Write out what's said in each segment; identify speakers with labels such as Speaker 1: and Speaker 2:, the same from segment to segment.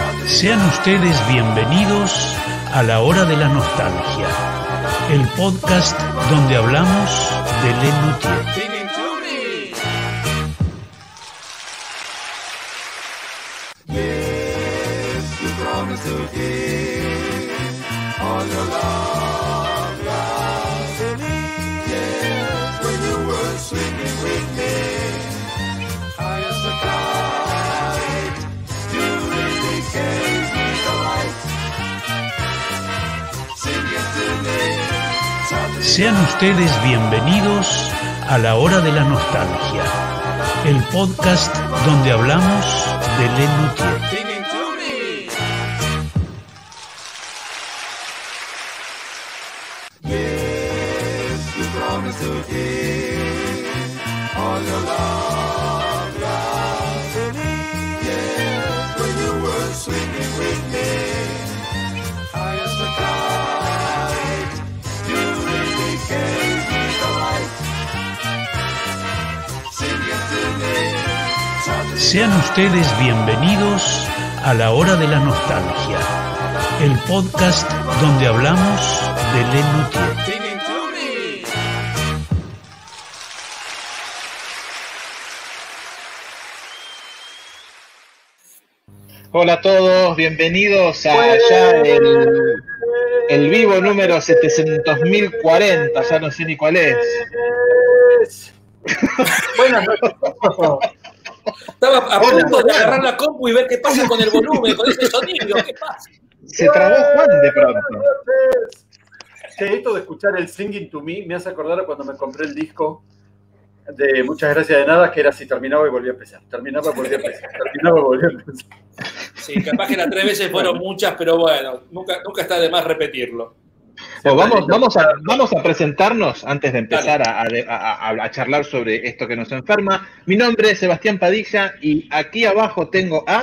Speaker 1: Sean ustedes bienvenidos a La Hora de la Nostalgia, el podcast donde hablamos de Lelutier. Sean ustedes bienvenidos a La Hora de la Nostalgia, el podcast donde hablamos de Lelutier. Sean ustedes bienvenidos a La Hora de la Nostalgia, el podcast donde hablamos de Lelutier.
Speaker 2: Hola a todos, bienvenidos a ya el vivo número 700.040, ya no sé ni cuál es.
Speaker 3: Buenas noches. Estaba a punto de agarrar la compu y ver qué pasa con el volumen, con ese sonido, ¿qué pasa?
Speaker 2: Se trabó Juan de pronto.
Speaker 3: Que esto de escuchar el Singing to Me me hace acordar a cuando me compré el disco de Muchas Gracias de Nada, que era así, terminaba y volvía a empezar. Terminaba y volvía a empezar. Terminaba y volvía a empezar.
Speaker 4: Sí, capaz que las 3 veces fueron muchas, pero bueno, nunca está de más repetirlo.
Speaker 2: Vamos a presentarnos antes de empezar a charlar sobre esto que nos enferma. Mi nombre es Sebastián Padilla y aquí abajo tengo a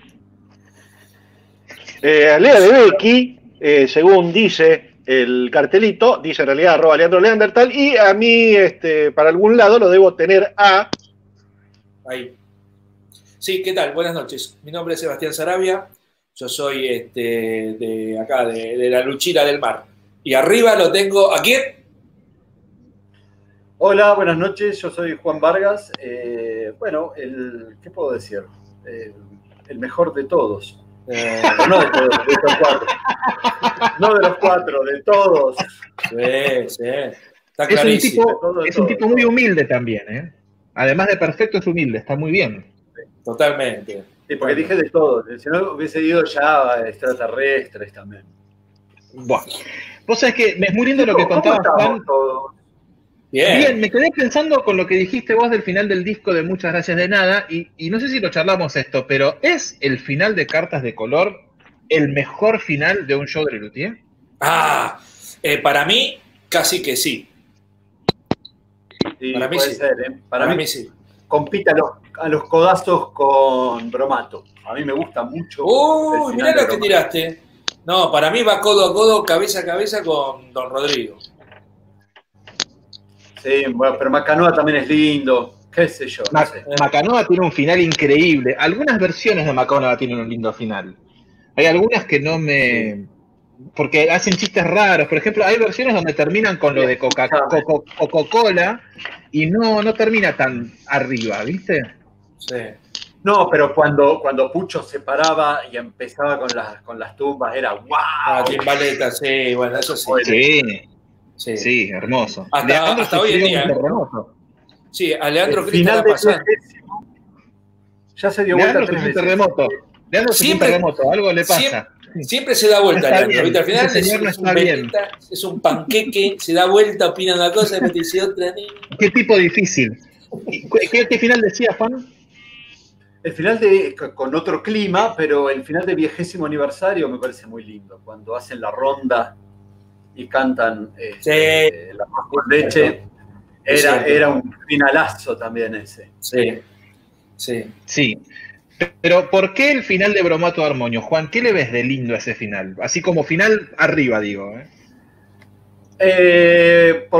Speaker 5: Lea de Becky, según dice el cartelito, dice en realidad @Leandro Leandertal, y a mí para algún lado lo debo tener a...
Speaker 4: Ahí. Sí, ¿qué tal? Buenas noches. Mi nombre es Sebastián Sarabia, yo soy de acá, de la Luchira del Mar. Y arriba lo tengo, ¿a quién?
Speaker 3: Hola, buenas noches, yo soy Juan Vargas. ¿Qué puedo decir? El mejor de todos. No de todos, de estos 4. No de los 4, de todos.
Speaker 4: Sí. Está clarísimo.
Speaker 2: Es un tipo muy humilde también, ¿eh? Además de perfecto, es humilde, está muy bien.
Speaker 4: Totalmente.
Speaker 3: Sí, porque dije de todos. Si no hubiese ido ya a extraterrestres también.
Speaker 2: Bueno, vos sabés que es muy lindo lo que contabas, Juan. Bien, me quedé pensando con lo que dijiste vos del final del disco de Muchas Gracias de Nada, y no sé si lo charlamos esto, pero ¿es el final de Cartas de Color el mejor final de un show de Lelutier?
Speaker 4: Para mí, casi que sí.
Speaker 3: Sí,
Speaker 4: para mí
Speaker 3: puede
Speaker 4: sí.
Speaker 3: ser, ¿eh? Para mí
Speaker 4: sí.
Speaker 3: Compite a los codazos con Bromato. A mí me gusta mucho.
Speaker 4: Uy, mirá lo que tiraste. No, para mí va codo a codo, cabeza a cabeza con Don Rodrigo.
Speaker 3: Sí, bueno, pero Macanoa también es lindo. Qué sé yo. No sé.
Speaker 2: Macanoa tiene un final increíble. Algunas versiones de Macanoa tienen un lindo final. Hay algunas que no me... Sí. Porque hacen chistes raros. Por ejemplo, hay versiones donde terminan con lo de Coca-Cola y no termina tan arriba, ¿viste?
Speaker 4: Sí.
Speaker 3: No, pero cuando Pucho se paraba y empezaba con las tumbas, era ¡wow!
Speaker 4: Timbaleta, sí, bueno, eso sí.
Speaker 2: Sí, hermoso.
Speaker 4: Hasta hoy en día. Sí, a Leandro Cristo
Speaker 3: final
Speaker 4: la pasando.
Speaker 3: Ya se dio vuelta 3 veces.
Speaker 2: Leandro es un terremoto, algo le pasa.
Speaker 4: Siempre se da vuelta, Leandro. Al final
Speaker 2: es
Speaker 4: un panqueque, se da vuelta, opina una cosa y me dice otra.
Speaker 2: Qué tipo difícil. ¿Qué final decía, Juan?
Speaker 3: El final con otro clima, pero el final de 20º aniversario me parece muy lindo. Cuando hacen la ronda y cantan La Paz con Leche. Era un finalazo también ese.
Speaker 2: Sí. Pero ¿por qué el final de Bromato Armonio? Juan, ¿qué le ves de lindo a ese final? Así como final arriba, digo.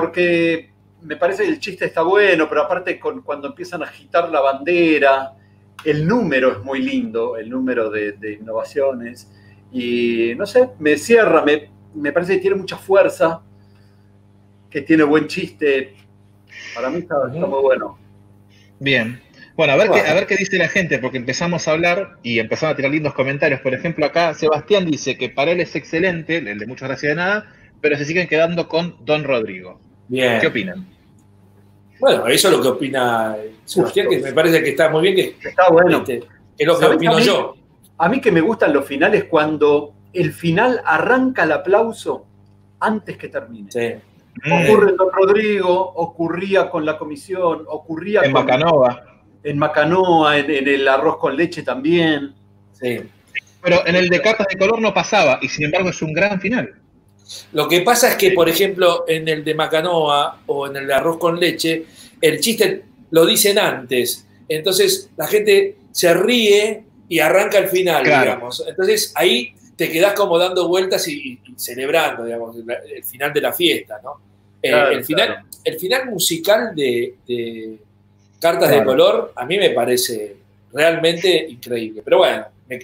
Speaker 3: Porque me parece que el chiste está bueno, pero aparte cuando empiezan a agitar la bandera el número es muy lindo, el número de innovaciones. Y no sé, me cierra, me parece que tiene mucha fuerza, que tiene buen chiste. Para mí está muy bueno.
Speaker 2: Bien. Bueno, a ver qué dice la gente, porque empezamos a hablar y empezamos a tirar lindos comentarios. Por ejemplo, acá Sebastián dice que para él es excelente, el de muchas gracias de nada, pero se siguen quedando con Don Rodrigo.
Speaker 4: Bien.
Speaker 2: ¿Qué opinan?
Speaker 4: Bueno, eso es lo que opina Sebastián, que me parece que está muy bien, que
Speaker 3: está bueno.
Speaker 4: Que es lo que opino yo.
Speaker 3: A mí que me gustan los finales cuando el final arranca el aplauso antes que termine.
Speaker 4: Sí.
Speaker 3: Ocurre en Don Rodrigo, ocurría con la comisión, ocurría
Speaker 2: en Macanova.
Speaker 3: En Macanoa, en el arroz con leche también.
Speaker 4: Sí.
Speaker 2: Pero en el de Cartas de Color no pasaba, y sin embargo es un gran final.
Speaker 4: Lo que pasa es que, por ejemplo, en el de Macanoa o en el de arroz con leche, el chiste lo dicen antes. Entonces la gente se ríe y arranca el final, digamos. Entonces ahí te quedás como dando vueltas y celebrando, digamos, el final de la fiesta, ¿no?
Speaker 3: Claro,
Speaker 4: el final musical de Cartas de Color a mí me parece realmente increíble. Pero bueno,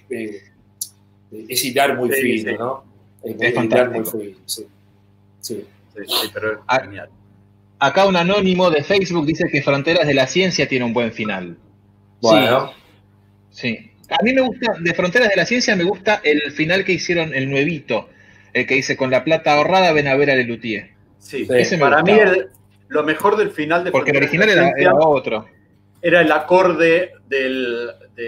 Speaker 4: es hilar muy fino, ¿no?
Speaker 2: Es fantástico.
Speaker 4: Muy fino, sí,
Speaker 3: pero es genial.
Speaker 2: Acá un anónimo de Facebook dice que Fronteras de la Ciencia tiene un buen final.
Speaker 4: Bueno.
Speaker 2: Sí. A mí me gusta, de Fronteras de la Ciencia me gusta el final que hicieron, el nuevito, el que dice, con la plata ahorrada ven a ver a Lelutier.
Speaker 3: Sí, para mí lo mejor del final de
Speaker 2: porque el original era otro.
Speaker 3: Era el acorde del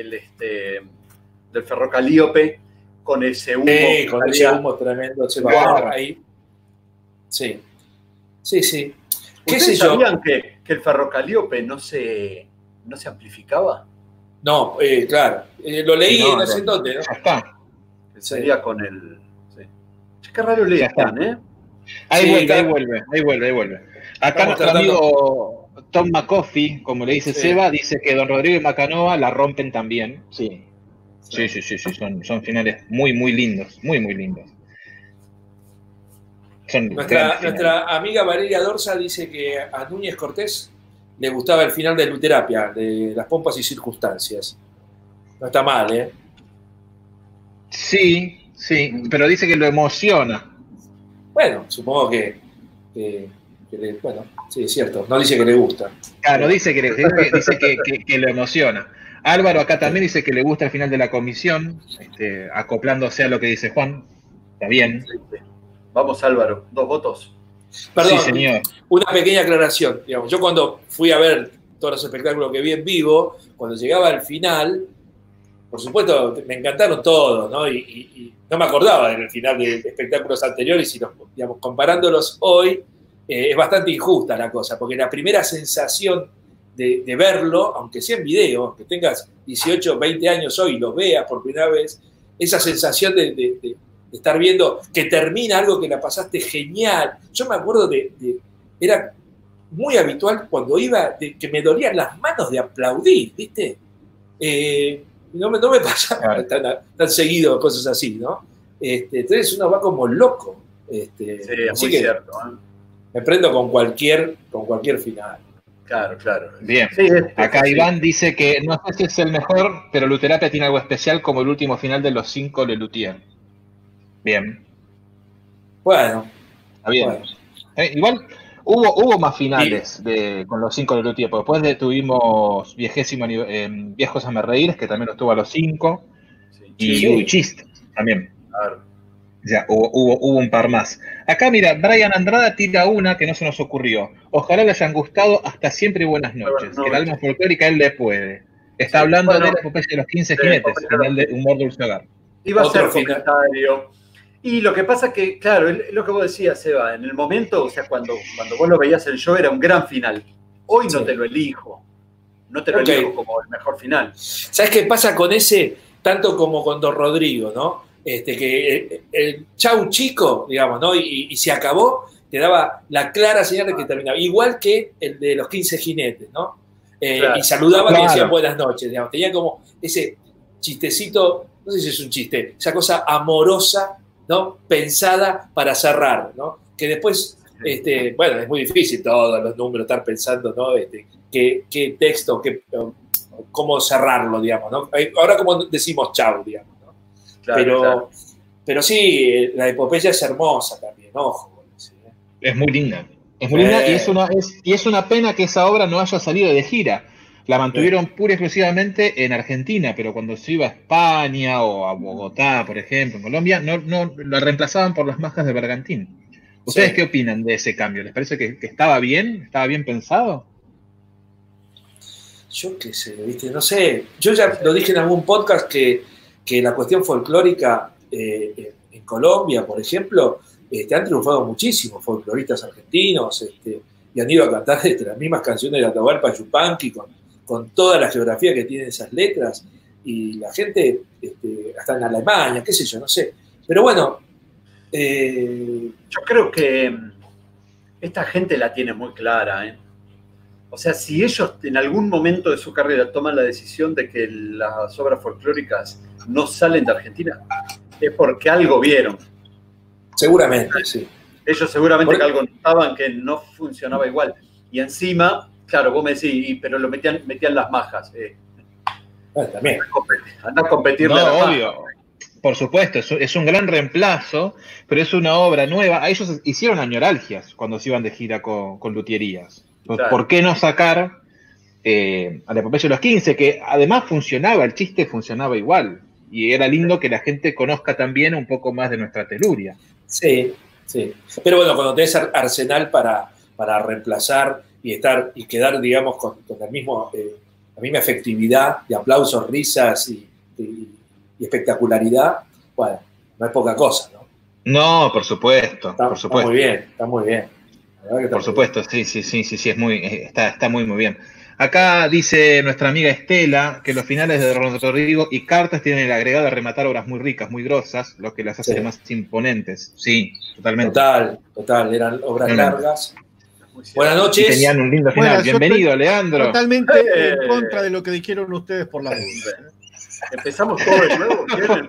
Speaker 3: ferrocalíope con ese humo.
Speaker 4: Sí, con ese humo tremendo. Ahí. Sí.
Speaker 3: ¿Ustedes sabían que el ferrocalíope no se amplificaba?
Speaker 4: No, claro. Lo leí no sé dónde, ¿no?
Speaker 2: Ya está.
Speaker 3: Sería con el... Sí. Qué raro leer, ¿eh?
Speaker 2: Ahí vuelve. Acá nuestro amigo Tom McCoffey, como le dice Seba, dice que Don Rodrigo y Macanoa la rompen también. Sí. Son finales muy, muy lindos. Muy, muy lindos.
Speaker 4: Nuestra amiga Valeria Dorsa dice que a Núñez Cortés le gustaba el final de Luterapia, de Las Pompas y Circunstancias. No está mal, ¿eh?
Speaker 2: Sí, pero dice que lo emociona.
Speaker 4: Bueno, supongo que bueno, sí, es cierto. No dice que le gusta.
Speaker 2: Claro, dice que lo emociona. Álvaro acá también dice que le gusta el final de la comisión, acoplándose a lo que dice Juan. Está bien.
Speaker 3: Vamos, Álvaro, 2 votos.
Speaker 4: Perdón,
Speaker 2: sí, señor.
Speaker 4: Una pequeña aclaración. Digamos, yo cuando fui a ver todos los espectáculos que vi en vivo, cuando llegaba al final, por supuesto, me encantaron todos, ¿no? Y no me acordaba del final de espectáculos anteriores y, digamos, comparándolos hoy, es bastante injusta la cosa, porque la primera sensación de verlo, aunque sea en video, que tengas 18, 20 años hoy y lo veas por primera vez, esa sensación de estar viendo que termina algo que la pasaste genial. Yo me acuerdo era muy habitual cuando iba, que me dolían las manos de aplaudir, ¿viste? No me pasaba tan seguido cosas así, ¿no? Entonces uno va como loco.
Speaker 3: Sí, es muy cierto.
Speaker 4: Me prendo con cualquier final.
Speaker 3: Claro.
Speaker 2: Bien. Sí, acá Iván dice que no sé si es el mejor, pero Luterapia tiene algo especial como el último final de los 5 Lelutier. Bien.
Speaker 4: Bueno.
Speaker 2: Está bien. Bueno. Igual hubo más finales con los 5 Lelutier, porque después tuvimos Viejos a me reír, que también lo tuvo a los 5, y Chiste también.
Speaker 3: Claro.
Speaker 2: Ya, hubo un par más. Acá, mira, Brian Andrada tira una que no se nos ocurrió. Ojalá le hayan gustado Hasta siempre y buenas noches. Que el alma folclórica él le puede. Está hablando de la epopeya de los 15 jinetes, final de Humor Dulce Hogar.
Speaker 3: Iba a ser comentario. Y lo que pasa que, claro, es lo que vos decías, Seba, en el momento, o sea, cuando vos lo veías el show era un gran final. Hoy no te lo elijo. No te lo elijo como el mejor final.
Speaker 4: ¿Sabes qué pasa con ese, tanto como con Don Rodrigo, ¿no? Que el chau chico, digamos, ¿no? Y se acabó, te daba la clara señal de que terminaba. Igual que el de los 15 jinetes, ¿no? Claro. Y saludaba y decían buenas noches, digamos. Tenía como ese chistecito, no sé si es un chiste, esa cosa amorosa, ¿no? Pensada para cerrar, ¿no? Que después, bueno, es muy difícil todos los números estar pensando, ¿no? Qué texto, cómo cerrarlo, digamos, ¿no? Ahora como decimos chau, digamos, ¿no?
Speaker 3: Claro,
Speaker 4: pero sí, la epopeya es hermosa también, ojo. ¿Sí?
Speaker 2: Es muy linda. Es muy linda y es una pena que esa obra no haya salido de gira. La mantuvieron pura y exclusivamente en Argentina, pero cuando se iba a España o a Bogotá, por ejemplo, en Colombia, no la reemplazaban por las Majas de Bergantín. ¿Ustedes qué opinan de ese cambio? ¿Les parece que estaba bien? ¿Estaba bien pensado?
Speaker 4: Yo qué sé, ¿viste? No sé. Yo ya lo dije en algún podcast que la cuestión folclórica en Colombia, por ejemplo, han triunfado muchísimos folcloristas argentinos y han ido a cantar las mismas canciones de Atahualpa Yupanqui con toda la geografía que tienen esas letras, y la gente, hasta en Alemania, qué sé yo, no sé. Pero bueno.
Speaker 3: Yo creo que esta gente la tiene muy clara, ¿eh? O sea, si ellos en algún momento de su carrera toman la decisión de que las obras folclóricas no salen de Argentina, es porque algo vieron.
Speaker 4: Seguramente, sí.
Speaker 3: Ellos seguramente que algo notaban que no funcionaba igual. Y encima, claro, vos me decís, pero lo metían las majas.
Speaker 4: También.
Speaker 3: Anda a competirle a la
Speaker 2: obvio. Maja. Por supuesto, es un gran reemplazo, pero es una obra nueva. Ellos hicieron añoralgias cuando se iban de gira con luthierías. Claro. ¿Por qué no sacar a la epopeya de los 15? Que además funcionaba, el chiste funcionaba igual. Y era lindo que la gente conozca también un poco más de nuestra teluria.
Speaker 4: Sí, sí. Pero bueno, cuando tenés arsenal para reemplazar y quedar, digamos, con la misma efectividad de aplausos, risas y espectacularidad, bueno, no es poca cosa, ¿no?
Speaker 2: No, por supuesto.
Speaker 4: Está muy bien, está muy bien.
Speaker 2: Por supuesto, sí, está muy bien. Acá dice nuestra amiga Estela que los finales de Rodrigo y Cartas tienen el agregado de rematar obras muy ricas, muy grosas, lo que las hace más imponentes. Sí, totalmente.
Speaker 4: Total, eran obras largas. Buenas noches.
Speaker 2: Y tenían un lindo final. Bienvenido, Leandro.
Speaker 6: Totalmente en contra de lo que dijeron ustedes por la duda.
Speaker 3: Empezamos todo de nuevo.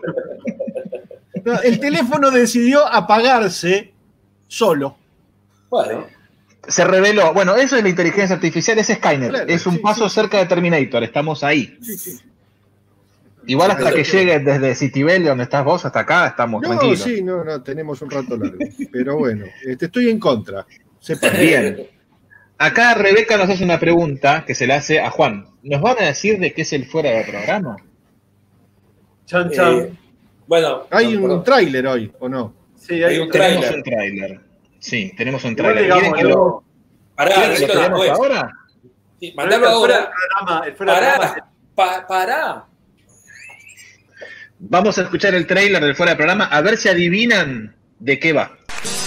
Speaker 6: No, el teléfono decidió apagarse solo.
Speaker 4: Bueno.
Speaker 2: Se reveló. Bueno, eso es la inteligencia artificial, es Skynet. Claro, es un paso cerca de Terminator, estamos ahí. Sí. Igual hasta que llegue desde Citibel, donde estás vos, hasta acá, estamos tranquilos.
Speaker 6: Sí, no, tenemos un rato largo. Pero bueno, estoy en contra.
Speaker 2: Bien. Acá Rebeca nos hace una pregunta que se la hace a Juan. ¿Nos van a decir de qué es el fuera de programa?
Speaker 3: Chan, chan.
Speaker 4: Bueno.
Speaker 6: ¿Hay un tráiler hoy o no?
Speaker 3: Sí, hay un
Speaker 2: tráiler. Tenemos un tráiler. Sí, tenemos un tráiler.
Speaker 3: ¿Quieren que lo
Speaker 2: tenemos ahora?
Speaker 4: Sí, mandalo ahora.
Speaker 3: Pará.
Speaker 2: Vamos a escuchar el tráiler del fuera de programa, a ver si adivinan de qué va.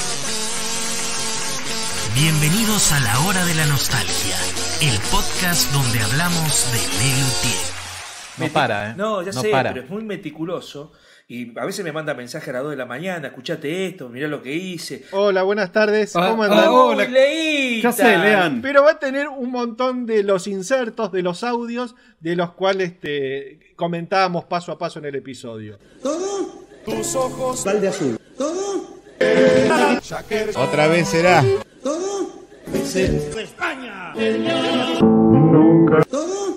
Speaker 7: Bienvenidos a La Hora de la Nostalgia, el podcast donde hablamos de Lelutier.
Speaker 2: No para, ¿eh?
Speaker 4: No, ya
Speaker 2: no
Speaker 4: sé,
Speaker 2: para.
Speaker 4: Pero es muy meticuloso. Y a veces me manda mensaje a las 2 de la mañana, escuchate esto, mirá lo que hice.
Speaker 6: Hola, buenas tardes. ¿Cómo andan?
Speaker 4: Hola, Leíta.
Speaker 6: Ya sé, Lean. Pero va a tener un montón de los insertos, de los audios, de los cuales comentábamos paso a paso en el episodio.
Speaker 8: ¿Todo? Tus ojos. Val de azul. ¿Todo?
Speaker 6: Otra vez será.
Speaker 8: ¿Todo? España.
Speaker 6: Nunca.
Speaker 8: ¿Todo?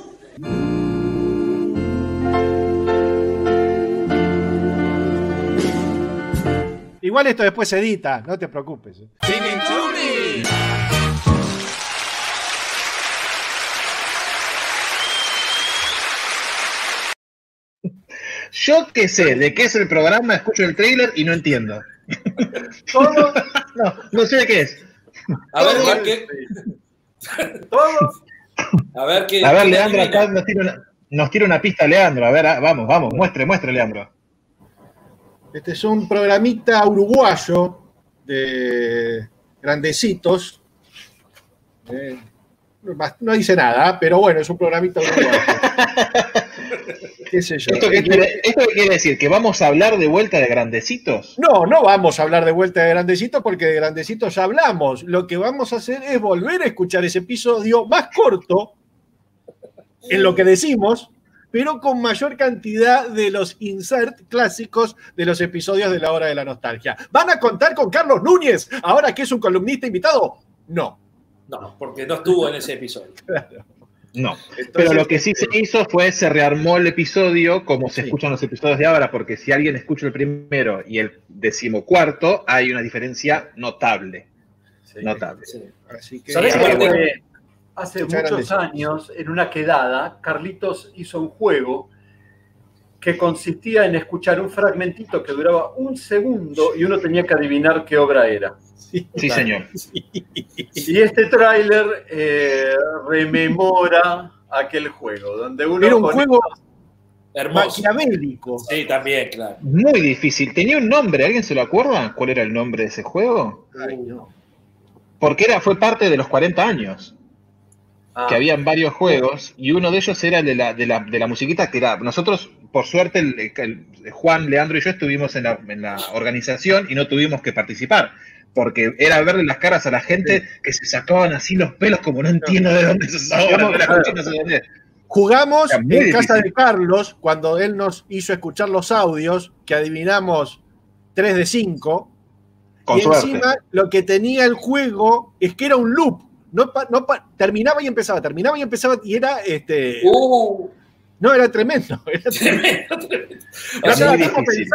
Speaker 6: Igual esto después se edita, no te preocupes.
Speaker 2: Yo que sé de qué es el programa, escucho el trailer y no entiendo.
Speaker 3: ¿Todo?
Speaker 2: No sé de qué es.
Speaker 4: A ver, ¿qué?
Speaker 3: ¿Todo?
Speaker 4: A ver,
Speaker 2: Leandro, acá nos tira una pista, Leandro. A ver, vamos, muestre, Leandro.
Speaker 6: Este es un programita uruguayo de grandecitos. No dice nada, pero bueno, es un programita uruguayo. ¿Qué sé yo?
Speaker 2: ¿Esto qué quiere decir? ¿Que vamos a hablar de vuelta de grandecitos?
Speaker 6: No vamos a hablar de vuelta de grandecitos porque de grandecitos ya hablamos. Lo que vamos a hacer es volver a escuchar ese episodio más corto en lo que decimos, pero con mayor cantidad de los insert clásicos de los episodios de La Hora de la Nostalgia. ¿Van a contar con Carlos Núñez ahora que es un columnista invitado? No.
Speaker 4: No, porque no estuvo en ese episodio.
Speaker 6: Claro.
Speaker 2: No, pero lo que sí se hizo fue, se rearmó el episodio como se escuchan los episodios de ahora, porque si alguien escucha el primero y el 14º, hay una diferencia notable. Notable.
Speaker 3: Sí. Así que, ¿sabés que hace muchos años, en una quedada, Carlitos hizo un juego que consistía en escuchar un fragmentito que duraba 1 segundo y uno tenía que adivinar qué obra era?
Speaker 2: Sí, señor.
Speaker 3: Y este tráiler rememora aquel juego, donde uno...
Speaker 6: Era un juego
Speaker 4: hermoso,
Speaker 6: maquiavélico.
Speaker 4: Sí, también, claro.
Speaker 2: Muy difícil. ¿Tenía un nombre? ¿Alguien se lo acuerda? ¿Cuál era el nombre de ese juego?
Speaker 6: Ay, no.
Speaker 2: Porque fue parte de los 40 años. Que habían varios juegos, y uno de ellos era el de la musiquita, que era... Nosotros, por suerte, el Juan, Leandro y yo estuvimos en la organización y no tuvimos que participar. Porque era verle las caras a la gente que se sacaban así los pelos, como no entiendo de dónde se sacaban.
Speaker 6: Jugamos en casa de Carlos, cuando él nos hizo escuchar los audios, que adivinamos 3 de 5.
Speaker 2: Con suerte.
Speaker 6: Encima, lo que tenía el juego es que era un loop. Terminaba y empezaba, y era no, era tremendo. Era
Speaker 2: muy difícil.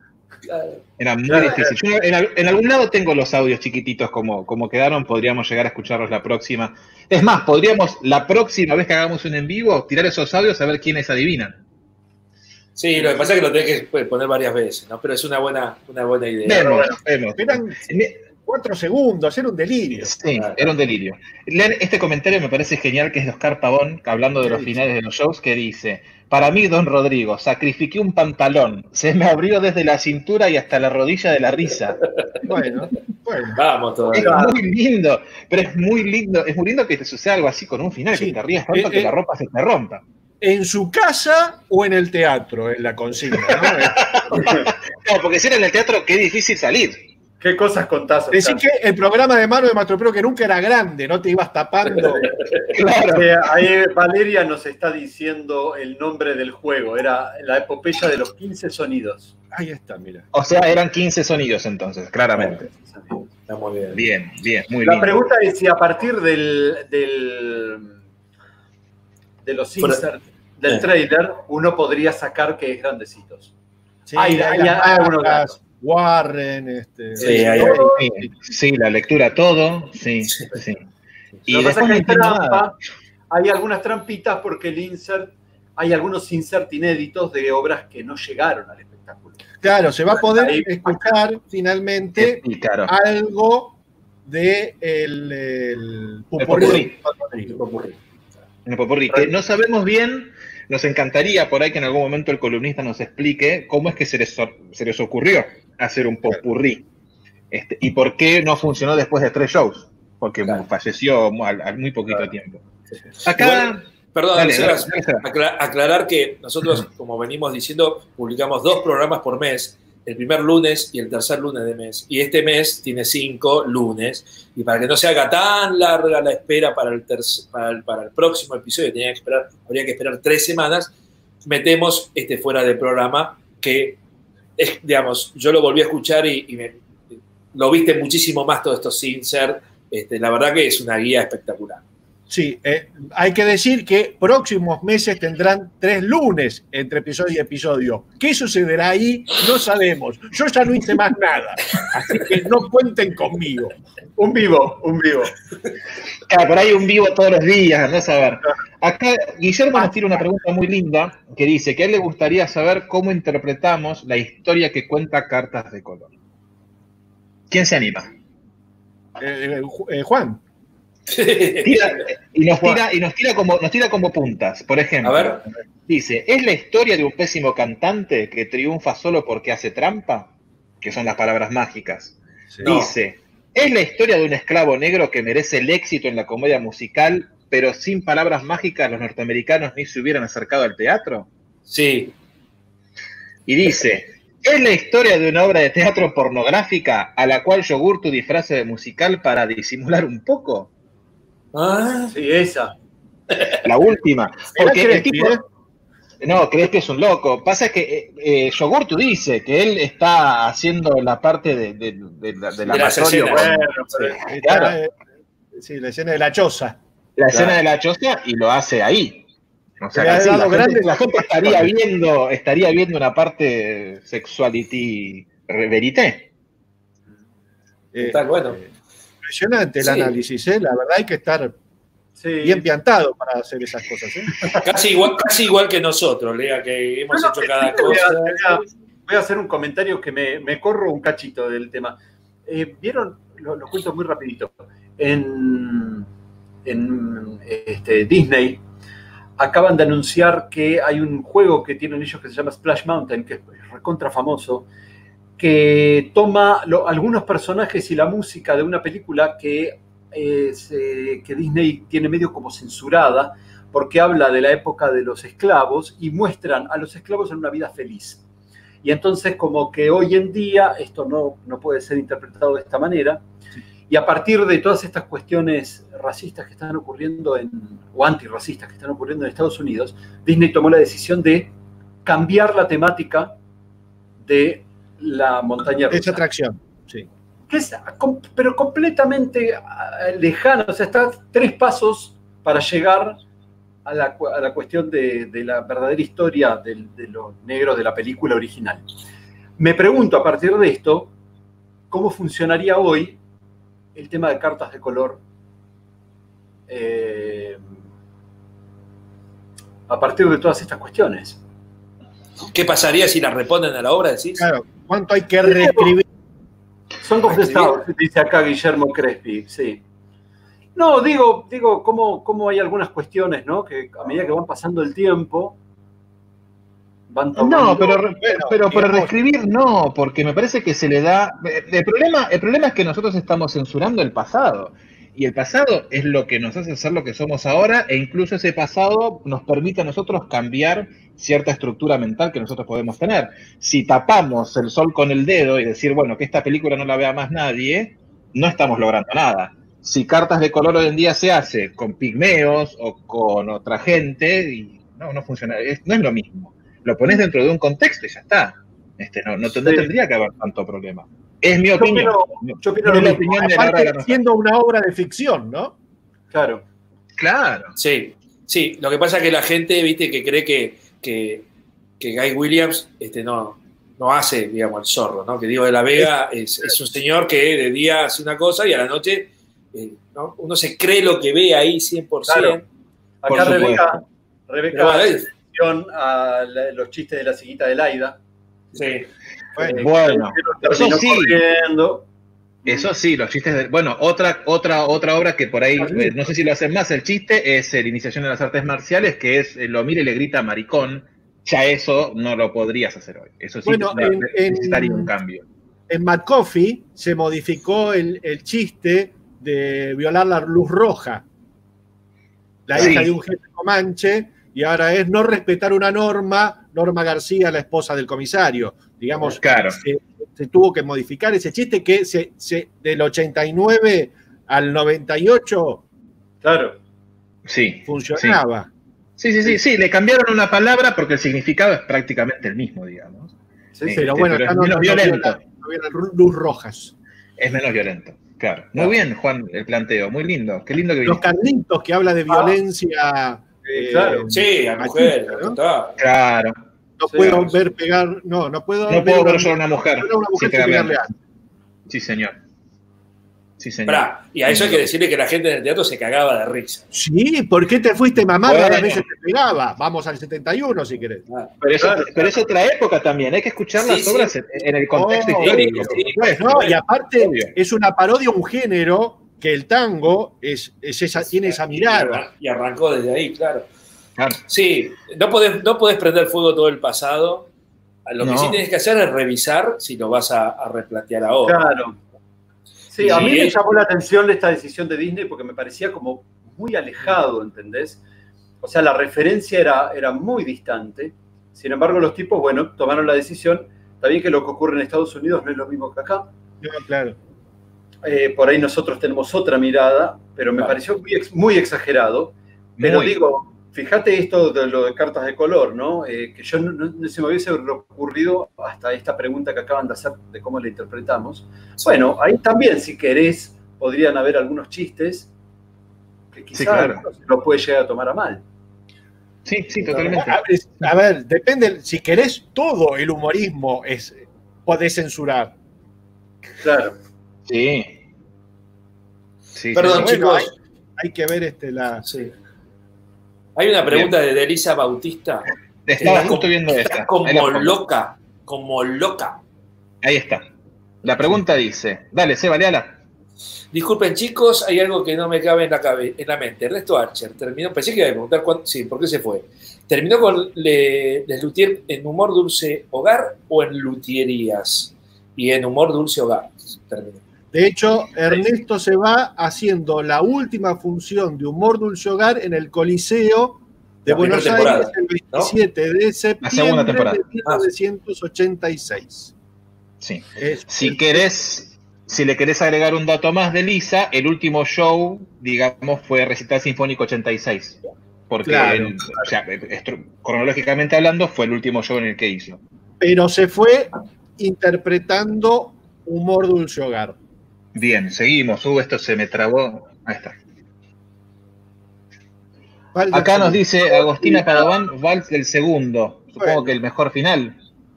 Speaker 2: Era muy difícil. Yo en algún lado tengo los audios chiquititos como quedaron, podríamos llegar a escucharlos la próxima. Es más, podríamos la próxima vez que hagamos un en vivo tirar esos audios a ver quiénes adivinan.
Speaker 4: Sí, lo que pasa es que lo tenés que poner varias veces, ¿no? Pero es una buena idea.
Speaker 2: Vemos.
Speaker 6: Eran 4 segundos, era un delirio.
Speaker 2: Sí, era un delirio. Lean este comentario, me parece genial, que es de Oscar Pavón, hablando de los finales de los shows, que dice: para mí, don Rodrigo, sacrifiqué un pantalón, se me abrió desde la cintura y hasta la rodilla de la risa.
Speaker 6: Bueno.
Speaker 4: Vamos todavía.
Speaker 2: Es muy lindo, pero es muy lindo que te suceda algo así con un final, que te rías tanto que la ropa se te rompa.
Speaker 6: ¿En su casa o en el teatro? En la consigna, ¿no?
Speaker 2: No, porque si era en el teatro, qué difícil salir.
Speaker 3: ¿Qué cosas contás?
Speaker 6: Decís que el programa de mano de Mastro Pro, que nunca era grande, no te ibas tapando.
Speaker 3: Claro. Ahí Valeria nos está diciendo el nombre del juego. Era la epopeya de los 15 sonidos.
Speaker 6: Ahí está, mira.
Speaker 2: O sea, eran 15 sonidos entonces, claramente.
Speaker 4: Está muy bien.
Speaker 2: Bien, muy
Speaker 3: La
Speaker 2: lindo.
Speaker 3: pregunta es si a partir de los inserts del trailer uno podría sacar que es Grandecitos.
Speaker 6: Sí, hay algunos datos. Warren,
Speaker 2: Sí, la lectura, todo, sí.
Speaker 3: Y lo que pasa es que hay algunas trampitas porque el insert, hay algunos insert inéditos de obras que no llegaron al espectáculo.
Speaker 6: Claro, se va a poder escuchar finalmente algo de el
Speaker 2: popurrí. Que no sabemos bien, nos encantaría por ahí que en algún momento el columnista nos explique cómo es que se les ocurrió hacer un popurrí. Y por qué no funcionó después de 3 shows. Porque falleció al muy poquito tiempo. Acá...
Speaker 4: Igual, perdón, aclarar que nosotros, como venimos diciendo, publicamos 2 programas por mes, el primer lunes y el tercer lunes de mes. Y este mes tiene 5 lunes. Y para que no se haga tan larga la espera para el próximo episodio, habría que esperar 3 semanas, metemos fuera de programa que... digamos, yo lo volví a escuchar y lo viste muchísimo más todos estos insert. La verdad que es una guía espectacular.
Speaker 6: Sí, hay que decir que próximos meses tendrán 3 lunes entre episodio y episodio. ¿Qué sucederá ahí? No sabemos. Yo ya no hice más nada, así que no cuenten conmigo.
Speaker 3: Un vivo.
Speaker 2: Claro, por ahí un vivo todos los días, no saber. Acá Guillermo nos tira una pregunta muy linda que dice que a él le gustaría saber cómo interpretamos la historia que cuenta Cartas de Color. ¿Quién se anima?
Speaker 6: Juan.
Speaker 2: Nos tira como puntas. Por ejemplo,
Speaker 4: a ver.
Speaker 2: Dice: ¿es la historia de un pésimo cantante que triunfa solo porque hace trampa? Que son las palabras mágicas. Sí. Dice: ¿es la historia de un esclavo negro que merece el éxito en la comedia musical, pero sin palabras mágicas los norteamericanos ni se hubieran acercado al teatro?
Speaker 4: Sí.
Speaker 2: Y dice: ¿es la historia de una obra de teatro pornográfica a la cual Yogurtu disfraza de musical para disimular un poco?
Speaker 3: Sí, esa.
Speaker 2: La última. Porque el tipo... No, Crespi es un loco. Pasa que Yogurtu dice que él está haciendo la parte de la
Speaker 6: escena. Sí, la escena de la choza.
Speaker 2: la escena de la choza y lo hace ahí. O sea, la gente estaría viendo una parte sexuality verité.
Speaker 4: Está bueno.
Speaker 6: Impresionante el análisis, ¿eh? La verdad hay que estar bien piantado para hacer esas cosas. ¿Eh?
Speaker 4: Casi igual que nosotros, Lea, que hemos hecho cada cosa.
Speaker 3: Voy a hacer un comentario que me corro un cachito del tema. ¿Vieron? Lo cuento muy rapidito. En Disney acaban de anunciar que hay un juego que tienen ellos que se llama Splash Mountain, que es recontra famoso, que toma algunos personajes y la música de una película que Disney tiene medio como censurada, porque habla de la época de los esclavos y muestran a los esclavos en una vida feliz. Y entonces como que hoy en día esto no puede ser interpretado de esta manera. Y a partir de todas estas cuestiones racistas que están ocurriendo o antirracistas que están ocurriendo en Estados Unidos, Disney tomó la decisión de cambiar la temática de la montaña rusa.
Speaker 6: Esa atracción, sí.
Speaker 3: Que es, pero completamente lejana, o sea, está 3 pasos para llegar a la cuestión de la verdadera historia de los negros de la película original. Me pregunto, a partir de esto, ¿cómo funcionaría hoy el tema de cartas de color a partir de todas estas cuestiones?
Speaker 4: ¿Qué pasaría si las reponen a la obra, decís?
Speaker 6: Claro, ¿cuánto hay que reescribir?
Speaker 3: Son of the Stars, dice acá Guillermo Crespi, sí. No, digo cómo hay algunas cuestiones, ¿no? Que a medida que van pasando el tiempo van tomando...
Speaker 2: No, pero para reescribir no, porque me parece que se le da... El problema es que nosotros estamos censurando el pasado. Y el pasado es lo que nos hace ser lo que somos ahora, e incluso ese pasado nos permite a nosotros cambiar cierta estructura mental que nosotros podemos tener. Si tapamos el sol con el dedo y decir, bueno, que esta película no la vea más nadie, no estamos logrando nada. Si Cartas de Color hoy en día se hace con pigmeos o con otra gente, y no funciona, no es lo mismo. Lo pones dentro de un contexto y ya está. No tendría que haber tanto problema. Es mi opinión.
Speaker 6: Yo opino la opinión de Aparte, siendo una obra de ficción, ¿no?
Speaker 3: Claro.
Speaker 4: Sí. Lo que pasa es que la gente, viste, que cree que Guy Williams no hace, digamos, el zorro, ¿no? Que Diego de la Vega es un señor que de día hace una cosa y a la noche ¿no? Uno se cree lo que ve ahí 100%. Claro.
Speaker 3: Acá Rebeca a los chistes de la sillita de Laida.
Speaker 4: Sí.
Speaker 2: Bueno, eso sí, los chistes de... Bueno, otra obra que por ahí, no sé si lo hacen más, el chiste es la Iniciación de las Artes Marciales, que es lo mira y le grita maricón. Ya eso no lo podrías hacer hoy. Eso sí, necesitaría un cambio.
Speaker 6: En McCoffey se modificó el chiste de violar la luz roja. La hija de un jefe comanche, y ahora es no respetar una norma. Norma García, la esposa del comisario. Digamos,
Speaker 2: claro.
Speaker 6: Se tuvo que modificar ese chiste que del 89 al 98 funcionaba.
Speaker 2: Sí, le cambiaron una palabra porque el significado es prácticamente el mismo, digamos.
Speaker 6: Pero bueno,
Speaker 2: es menos violento.
Speaker 6: No había luz rojas.
Speaker 2: Es menos violento, claro. Muy bien, Juan, el planteo, muy lindo. Qué lindo que
Speaker 6: Los Carlitos, que habla de violencia...
Speaker 4: claro. Sí, a mujer, ¿no?
Speaker 2: Claro.
Speaker 6: No puedo ver pegar... No puedo
Speaker 2: ver yo a una mujer.
Speaker 6: Sin pegarle a...
Speaker 2: Sí, señor.
Speaker 4: Y a eso hay que decirle que la gente en el teatro se cagaba de risa.
Speaker 6: Sí, ¿por qué te fuiste mamada las veces que pegaba? Vamos al 71 si querés.
Speaker 2: Pero es otra época también, hay que escuchar las obras en el contexto histórico.
Speaker 6: Y aparte es una parodia a un género que el tango tiene esa mirada.
Speaker 4: Y arrancó desde ahí, claro. Sí, no podés prender fuego todo el pasado. Lo que sí tienes que hacer es revisar si lo vas a replantear ahora.
Speaker 3: Claro. Sí, a mí me llamó la atención esta decisión de Disney porque me parecía como muy alejado, ¿entendés? O sea, la referencia era muy distante. Sin embargo, los tipos, bueno, tomaron la decisión. Está bien que lo que ocurre en Estados Unidos no es lo mismo que acá.
Speaker 6: Claro.
Speaker 3: Por ahí nosotros tenemos otra mirada, pero me pareció muy exagerado. Pero digo, fíjate esto de lo de Cartas de Color, ¿no? Que yo no se me hubiese ocurrido hasta esta pregunta que acaban de hacer de cómo la interpretamos. Sí. Bueno, ahí también, si querés, podrían haber algunos chistes que quizás lo puede llegar a tomar a mal.
Speaker 2: Sí, totalmente.
Speaker 6: A ver, depende, si querés todo el humorismo podés censurar.
Speaker 3: Claro.
Speaker 2: Sí.
Speaker 4: Perdón,
Speaker 6: bueno,
Speaker 4: chicos.
Speaker 6: Hay que ver
Speaker 4: Sí. Hay una pregunta de Elisa Bautista.
Speaker 2: Estaba justo viendo esta.
Speaker 4: Como loca.
Speaker 2: Ahí está. La pregunta dice, dale, Seba, léala.
Speaker 4: Disculpen, chicos, hay algo que no me cabe en la mente. Ernesto Archer terminó, pensé que iba a preguntar por qué se fue. ¿Terminó con Les Luthiers en Humor Dulce Hogar o en Luthierías? Y en Humor Dulce Hogar terminó.
Speaker 6: De hecho, Ernesto se va haciendo la última función de Humor Dulce Hogar en el Coliseo de Buenos Aires el 27 de septiembre de 1986.
Speaker 2: Sí. Si le querés agregar un dato más de Lisa, el último show, digamos, fue Recital Sinfónico 86. Porque cronológicamente hablando, fue el último show en el que hizo.
Speaker 6: Pero se fue interpretando Humor Dulce Hogar.
Speaker 2: Bien, seguimos. Esto se me trabó. Ahí está. Acá nos dice Agostina Padován, Vals del segundo. Supongo que el mejor final.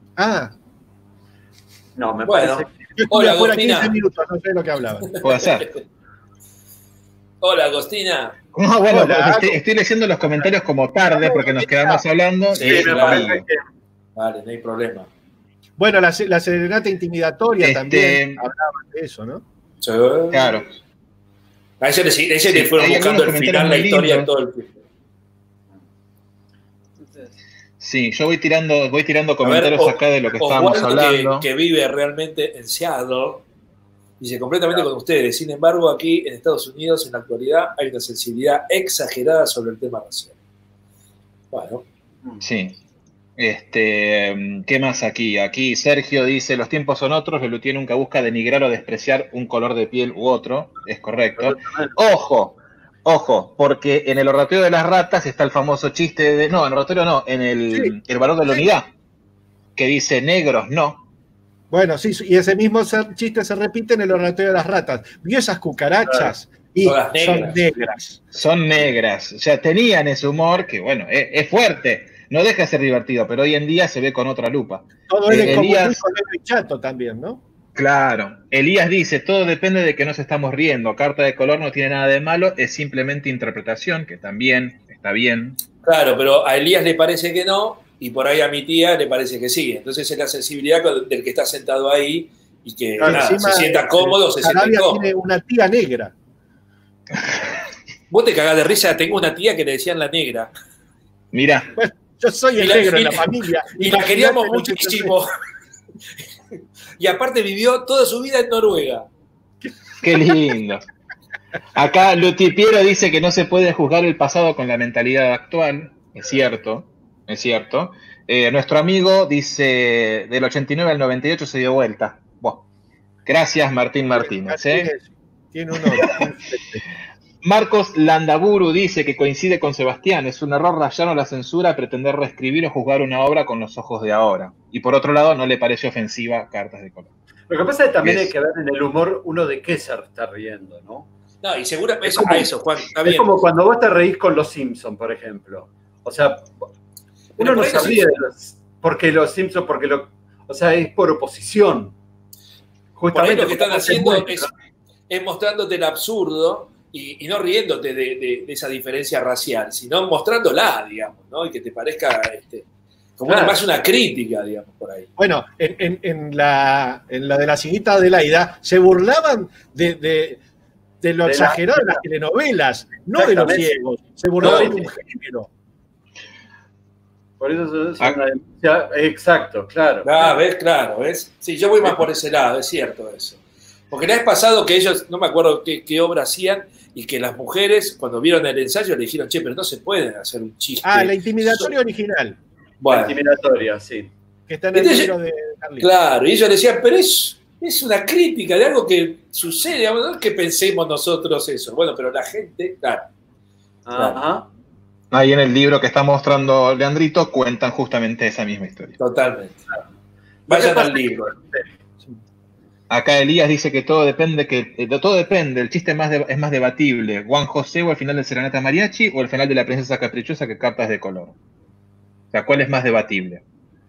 Speaker 3: No, me parece que...
Speaker 6: Yo estuve afuera 15 minutos, no sé lo que hablaba.
Speaker 2: Puede ser.
Speaker 4: Hola, Agostina.
Speaker 2: No, bueno, estoy leyendo los comentarios como tarde porque nos quedamos hablando.
Speaker 4: Vale, no hay problema.
Speaker 6: Bueno, la serenata intimidatoria también hablaba de eso, ¿no?
Speaker 4: Sí.
Speaker 2: Claro.
Speaker 4: A ese le fueron buscando el final, la historia, todo el tiempo.
Speaker 2: Sí, yo voy tirando comentarios acá de lo que estábamos hablando.
Speaker 4: Que vive realmente en Seattle, dice completamente con ustedes. Sin embargo, aquí en Estados Unidos, en la actualidad, hay una sensibilidad exagerada sobre el tema racial. Bueno.
Speaker 2: Sí. ¿Qué más aquí? Aquí Sergio dice, los tiempos son otros, el luthier nunca busca denigrar o despreciar un color de piel u otro. Es correcto. Ojo, porque en el oratorio de las ratas está el famoso chiste en el oratorio no, en el valor de la unidad, que dice negros no.
Speaker 6: Bueno, sí, y ese mismo chiste se repite en el oratorio de las ratas. ¿Vio esas cucarachas? Y son negras.
Speaker 2: Son negras. O sea, tenían ese humor que, bueno, es fuerte. No deja de ser divertido, pero hoy en día se ve con otra lupa.
Speaker 6: Todo es como muy chato también, ¿no?
Speaker 2: Claro. Elías dice, todo depende de que nos estamos riendo. Carta de color no tiene nada de malo, es simplemente interpretación, que también está bien.
Speaker 4: Claro, pero a Elías le parece que no, y por ahí a mi tía le parece que sí. Entonces es la sensibilidad del que está sentado ahí y que se sienta cómodo, se sienta incómodo.
Speaker 6: Tiene una tía negra.
Speaker 4: Vos te cagás de risa, tengo una tía que le decían la negra.
Speaker 2: Mirá.
Speaker 6: Bueno, yo soy el negro en la familia.
Speaker 4: Y la queríamos muchísimo. Y aparte vivió toda su vida en Noruega.
Speaker 2: Qué lindo. Acá Luti Piero dice que no se puede juzgar el pasado con la mentalidad actual. Es cierto, es cierto. Nuestro amigo dice, del 89 al 98 se dio vuelta. Bueno, gracias Martín Martínez.
Speaker 6: Tiene un orden.
Speaker 2: Marcos Landaburu dice que coincide con Sebastián, es un error rayar la censura pretender reescribir o juzgar una obra con los ojos de ahora. Y por otro lado, no le parece ofensiva Cartas de color.
Speaker 3: Lo que pasa es que también hay que ver en el humor uno de qué se está riendo, ¿no?
Speaker 4: No, y seguramente eso, Juan, está bien.
Speaker 3: Es como cuando vos te reís con los Simpsons, por ejemplo. O sea, uno no se ríe porque los Simpsons, o sea, es por oposición.
Speaker 4: Justamente lo que están haciendo es mostrándote el absurdo y no riéndote de esa diferencia racial, sino mostrándola, digamos, ¿no? Y que te parezca como más una crítica, digamos, por ahí.
Speaker 6: Bueno, en la de la cieguita Adelaida se burlaban de lo exagerado de las telenovelas, no de los ciegos. Se burlaban de un género.
Speaker 3: Por eso es una denuncia. Exacto, claro.
Speaker 4: ¿Ves? Claro, ¿ves? Sí, yo voy más por ese lado, es cierto eso. Porque la vez pasado que ellos, no me acuerdo qué obra hacían, y que las mujeres, cuando vieron el ensayo, le dijeron, che, pero no se puede hacer un chiste.
Speaker 6: La intimidatoria original.
Speaker 3: Bueno. La intimidatoria, sí.
Speaker 6: Que está en el libro de Carlito.
Speaker 4: Claro, y ellos decían, pero es una crítica de algo que sucede, no es que pensemos nosotros eso. Bueno, pero la gente, claro.
Speaker 3: Ajá.
Speaker 2: Ahí en el libro que está mostrando Leandrito cuentan justamente esa misma historia.
Speaker 4: Totalmente. Vayan al libro.
Speaker 2: Acá Elías dice que todo depende, el chiste es más debatible. Juan José o el final de Serenata Mariachi o el final de La Princesa Caprichosa que cartas de color. O sea, ¿cuál es más debatible?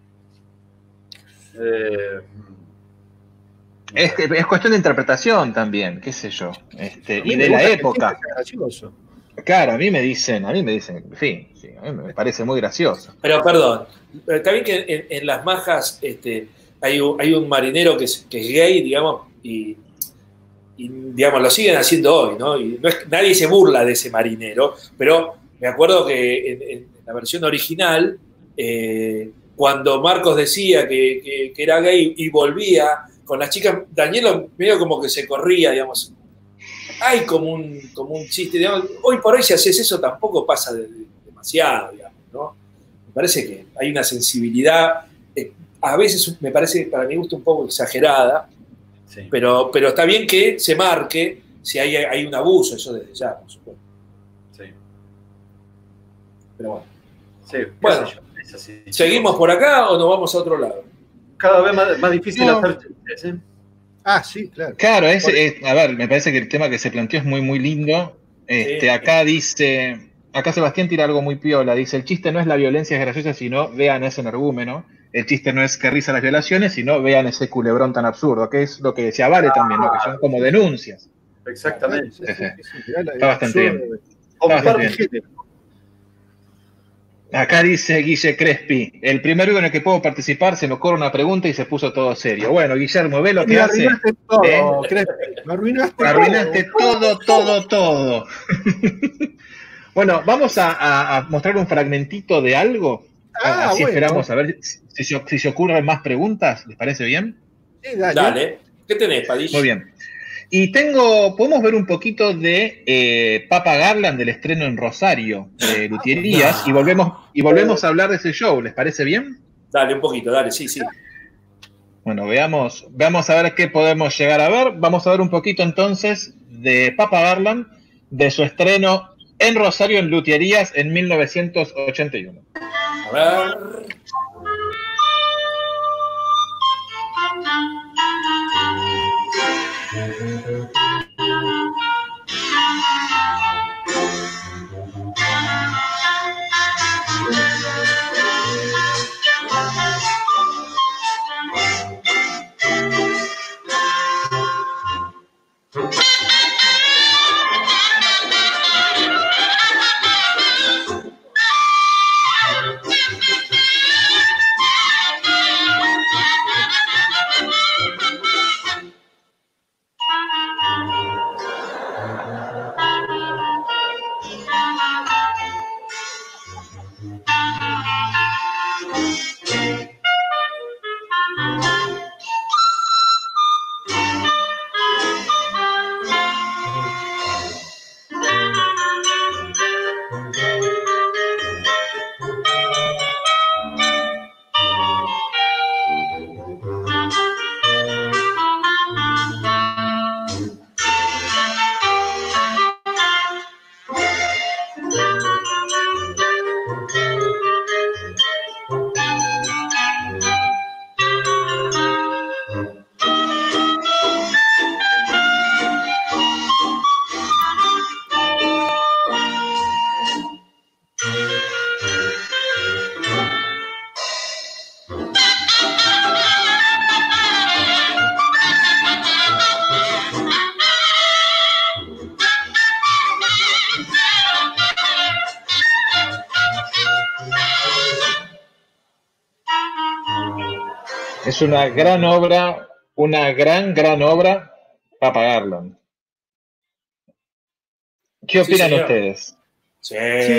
Speaker 2: Es cuestión de interpretación también, qué sé yo. Y de la época. Claro, a mí me dicen, en fin, sí, a mí me parece muy gracioso.
Speaker 4: Pero perdón, está bien que en Las Majas hay un marinero que es gay, digamos, y digamos, lo siguen haciendo hoy, ¿no? Y nadie se burla de ese marinero, pero me acuerdo que en la versión original, cuando Marcos decía que era gay y volvía con las chicas, Danielo medio como que se corría, digamos. Hay como un chiste, digamos, hoy por hoy si haces eso tampoco pasa demasiado, digamos, ¿no? Me parece que hay una sensibilidad, a veces me parece, para mi gusto, un poco exagerada, sí. pero está bien que se marque si hay un abuso, eso desde ya, por supuesto.
Speaker 3: Sí.
Speaker 4: Pero bueno.
Speaker 3: Sí,
Speaker 4: bueno, ¿seguimos por acá o nos vamos a otro lado?
Speaker 3: Cada vez más difícil hacer chistes, ¿eh?
Speaker 6: Ah, sí, claro.
Speaker 2: Claro, a ver, me parece que el tema que se planteó es muy, muy lindo. Acá Sebastián tira algo muy piola. Dice, el chiste no es la violencia es graciosa, sino vean ese energúmeno. El chiste no es que risa las violaciones, sino vean ese culebrón tan absurdo, que es lo que decía Vale también, ¿no? Que son como denuncias.
Speaker 3: Exactamente.
Speaker 2: Sí. Está bastante bien. Acá dice Guille Crespi, el primer video en el que puedo participar se me ocurre una pregunta y se puso todo serio. Bueno, Guillermo, ve lo que hace.
Speaker 6: Me arruinaste
Speaker 2: todo. Bueno, vamos a mostrar un fragmentito de algo. Así bueno. Esperamos a ver si se ocurren más preguntas. ¿Les parece bien?
Speaker 4: Sí, dale. ¿Qué tenés, Padilla?
Speaker 2: Muy bien. Y podemos ver un poquito de Papa Garland del estreno en Rosario de Luthierías y volvemos a hablar de ese show, ¿les parece bien?
Speaker 4: Dale, un poquito, dale, sí.
Speaker 2: Bueno, veamos a ver qué podemos llegar a ver. Vamos a ver un poquito entonces de Papa Garland, de su estreno en Rosario en Luthierías en 1981.
Speaker 4: A ver...
Speaker 2: Es una gran obra, una gran obra, Papa Garland. ¿Qué opinan ustedes?
Speaker 6: Sí,